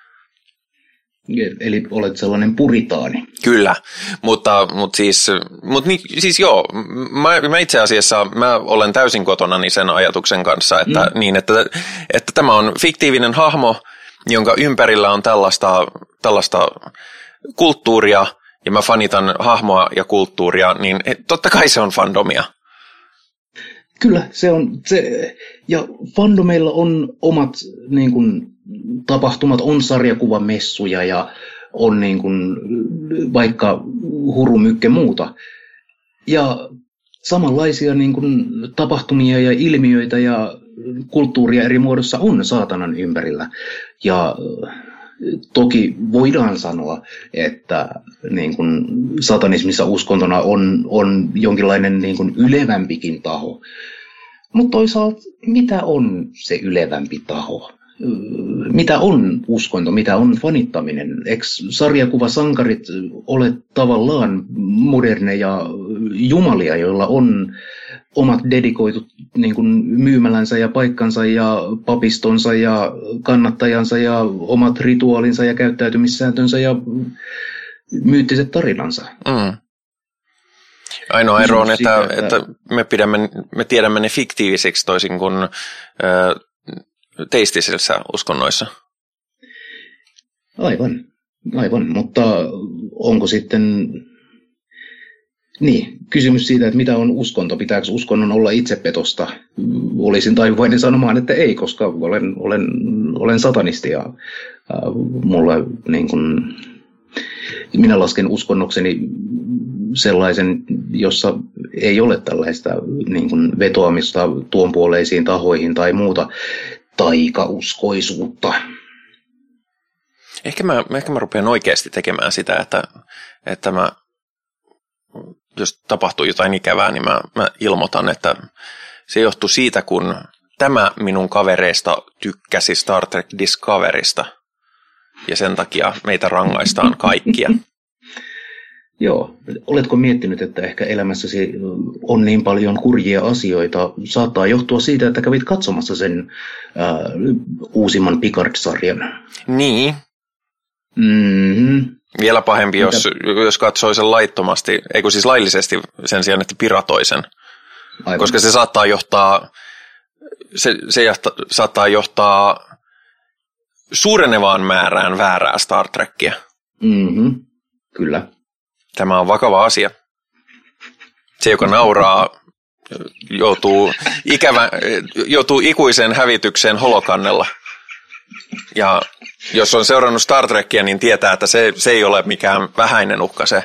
Eli olet sellainen puritaani. Kyllä, mutta, mutta, siis, mutta niin, siis joo, mä, mä itse asiassa mä olen täysin kotonani sen ajatuksen kanssa, että, mm. niin, että, että tämä on fiktiivinen hahmo, jonka ympärillä on tällaista, tällaista kulttuuria, ja mä fanitan hahmoa ja kulttuuria, niin totta kai se on fandomia. Kyllä, se on se, ja fandomeilla on omat niin kuin, tapahtumat, on sarjakuvamessuja ja on niin kuin, vaikka hurumykke muuta. Ja samanlaisia niin kuin, tapahtumia ja ilmiöitä ja kulttuuria eri muodossa on saatanan ympärillä. Ja toki voidaan sanoa, että niin kuin, satanismissa uskontona on, on jonkinlainen niin kuin, ylevämpikin taho. Mutta toisaalta, mitä on se ylevämpi taho? Mitä on uskonto, mitä on fanittaminen? Eikö sarjakuvasankarit ole tavallaan moderneja jumalia, joilla on omat dedikoitut niin kuin myymälänsä ja paikkansa ja papistonsa ja kannattajansa ja omat rituaalinsa ja käyttäytymissääntönsä ja myyttiset tarinansa? Mm. Ainoa ero on, että, että, että me, pidämme, me tiedämme ne fiktiivisiksi toisin kuin ö, teistisissä uskonnoissa. Aivan, aivan, mutta onko sitten, niin, kysymys siitä, että mitä on uskonto, pitääkö uskonnon olla itsepetosta? Olisin taipuvainen sanomaan, että ei, koska olen, olen, olen satanisti ja äh, mulle niin kuin, minä lasken uskonnokseni sellaisen, jossa ei ole tällaista niin kuin vetoamista tuonpuoleisiin tahoihin tai muuta taikauskoisuutta. Ehkä mä, ehkä mä rupean oikeasti tekemään sitä, että, että mä, jos tapahtuu jotain ikävää, niin mä, mä ilmoitan, että se johtuu siitä, kun tämä minun kavereista tykkäsi Star Trek Discoverysta ja sen takia meitä rangaistaan kaikkia. Joo. Oletko miettinyt, että ehkä elämässäsi on niin paljon kurjia asioita, saattaa johtua siitä, että kävit katsomassa sen äh, uusimman Picard-sarjan? Niin. Mm-hmm. Vielä pahempi, jos, jos katsoi sen laittomasti, ei kun siis laillisesti sen sijaan, että piratoi sen. Aivan. Koska se saattaa johtaa, se, se johta, saattaa johtaa suurenevaan määrään väärää Star Trekkiä. Mm-hmm. Kyllä. Tämä on vakava asia. Se, joka nauraa, joutuu, ikävä, joutuu ikuiseen hävitykseen holokannella. Ja jos on seurannut Star Trekkiä, niin tietää, että se, se ei ole mikään vähäinen uhka se.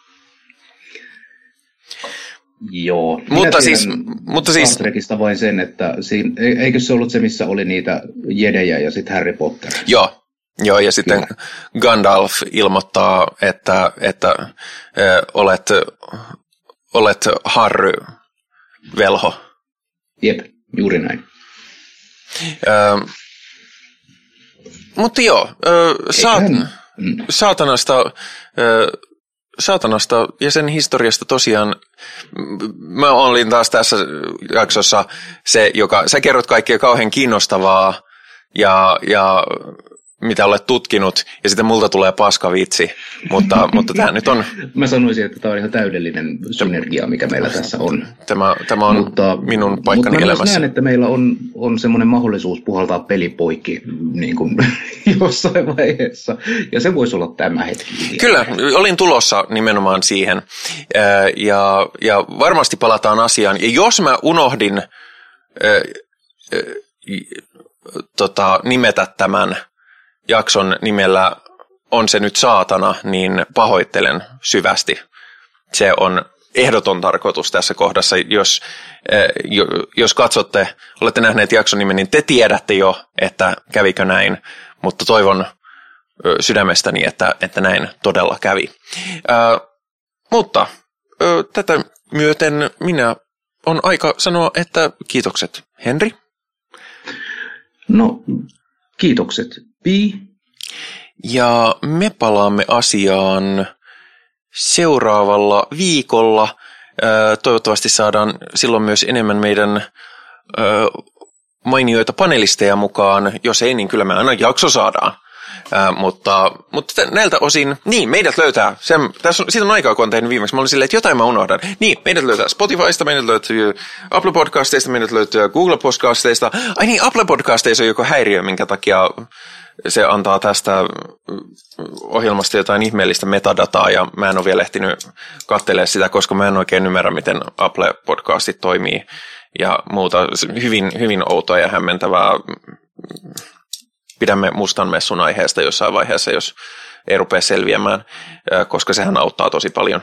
Joo. Mutta siis, mutta Star siis Trekista vain sen, että siinä, eikö se ollut se, missä oli niitä jedejä ja sitten Harry Potter? Joo. Joo, ja sitten Kyllä. Gandalf ilmoittaa, että, että äh, olet, olet Harry velho. Jep, juuri näin. Äh, mutta joo, äh, saat, mm. saatanasta, äh, saatanasta ja sen historiasta tosiaan, mä olin taas tässä jaksossa se, joka, sä kerrot kaikkea kauhean kiinnostavaa ja, ja mitä olet tutkinut, ja sitten multa tulee paskavitsi, mutta, mutta tämä nyt on... Mä sanoisin, että tämä on ihan täydellinen synergia, mikä meillä tässä on. Tämä, tämä on mutta, minun paikkani mutta elämässä. Mutta mä näen, että meillä on, on semmoinen mahdollisuus puhaltaa pelipoikki niin kuin jossain vaiheessa, ja se voisi olla tämä hetki. Kyllä, olin tulossa nimenomaan siihen, ja, ja varmasti palataan asiaan, ja jos mä unohdin äh, äh, tota, nimetä tämän jakson nimellä On se nyt saatana, niin pahoittelen syvästi. Se on ehdoton tarkoitus tässä kohdassa. Jos, jos katsotte, olette nähneet jakson nimen, niin te tiedätte jo, että kävikö näin, mutta toivon sydämestäni, että, että näin todella kävi. Ää, mutta ää, tätä myöten minä on aika sanoa, että kiitokset. Henri? No, kiitokset. Pi. Ja me palaamme asiaan seuraavalla viikolla. Toivottavasti saadaan silloin myös enemmän meidän mainioita panelisteja mukaan. Jos ei, niin kyllä me aina jakso saadaan. Äh, mutta, mutta näiltä osin, niin, meidät löytää, sen, tässä on, siitä on aikaa, kun on tehnyt viimeksi, mä olin silleen, että jotain mä unohdan. Niin, meidät löytää Spotifysta, meidät löytyy Apple Podcasteista, meidät löytyy Google Podcasteista. Ai niin, Apple Podcasteissa on joku häiriö, minkä takia se antaa tästä ohjelmasta jotain ihmeellistä metadataa, ja mä en ole vielä ehtinyt katselemaan sitä, koska mä en oikein ymmärrä, miten Apple Podcastit toimii, ja muuta hyvin, hyvin outoa ja hämmentävää. Pidämme mustan messun aiheesta jossain vaiheessa, jos ei rupea selviämään, koska sehän auttaa tosi paljon.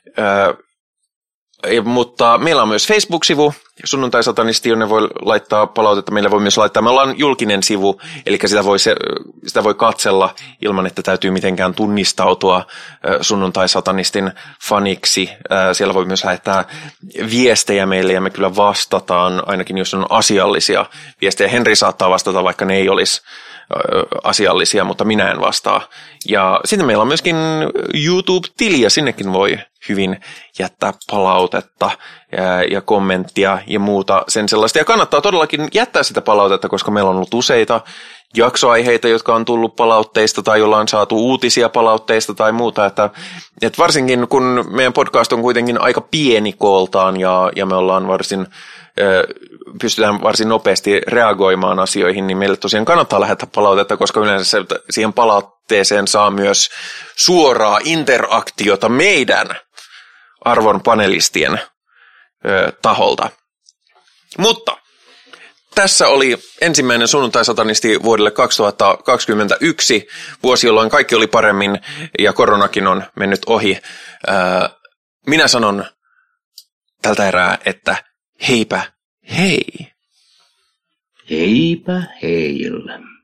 Mutta meillä on myös Facebook-sivu, Sunnuntai-satanisti, jonne voi laittaa palautetta. Meillä voi myös laittaa, me ollaan julkinen sivu, eli sitä voi, se, sitä voi katsella ilman, että täytyy mitenkään tunnistautua Sunnuntai-satanistin faniksi. Siellä voi myös lähettää viestejä meille, ja me kyllä vastataan, ainakin jos on asiallisia viestejä. Henri saattaa vastata, vaikka ne ei olisi asiallisia, mutta minä en vastaa. Ja sitten meillä on myöskin YouTube-tili, ja sinnekin voi hyvin jättää palautetta ja, ja kommenttia ja muuta sen sellaista. Ja kannattaa todellakin jättää sitä palautetta, koska meillä on ollut useita jaksoaiheita, jotka on tullut palautteista tai jolla on saatu uutisia palautteista tai muuta. Että, että varsinkin kun meidän podcast on kuitenkin aika pieni kooltaan ja, ja me ollaan varsin... pystytään varsin nopeasti reagoimaan asioihin, niin meille tosiaan kannattaa lähettää palautetta, koska yleensä siihen palautteeseen saa myös suoraa interaktiota meidän arvon panelistien ö, taholta. Mutta tässä oli ensimmäinen Sunnuntai-satanisti vuodelle kaksituhattakaksikymmentäyksi, vuosi, jolloin kaikki oli paremmin ja koronakin on mennyt ohi. Ö, minä sanon tältä erää, että heipä hei. Heipä heillä.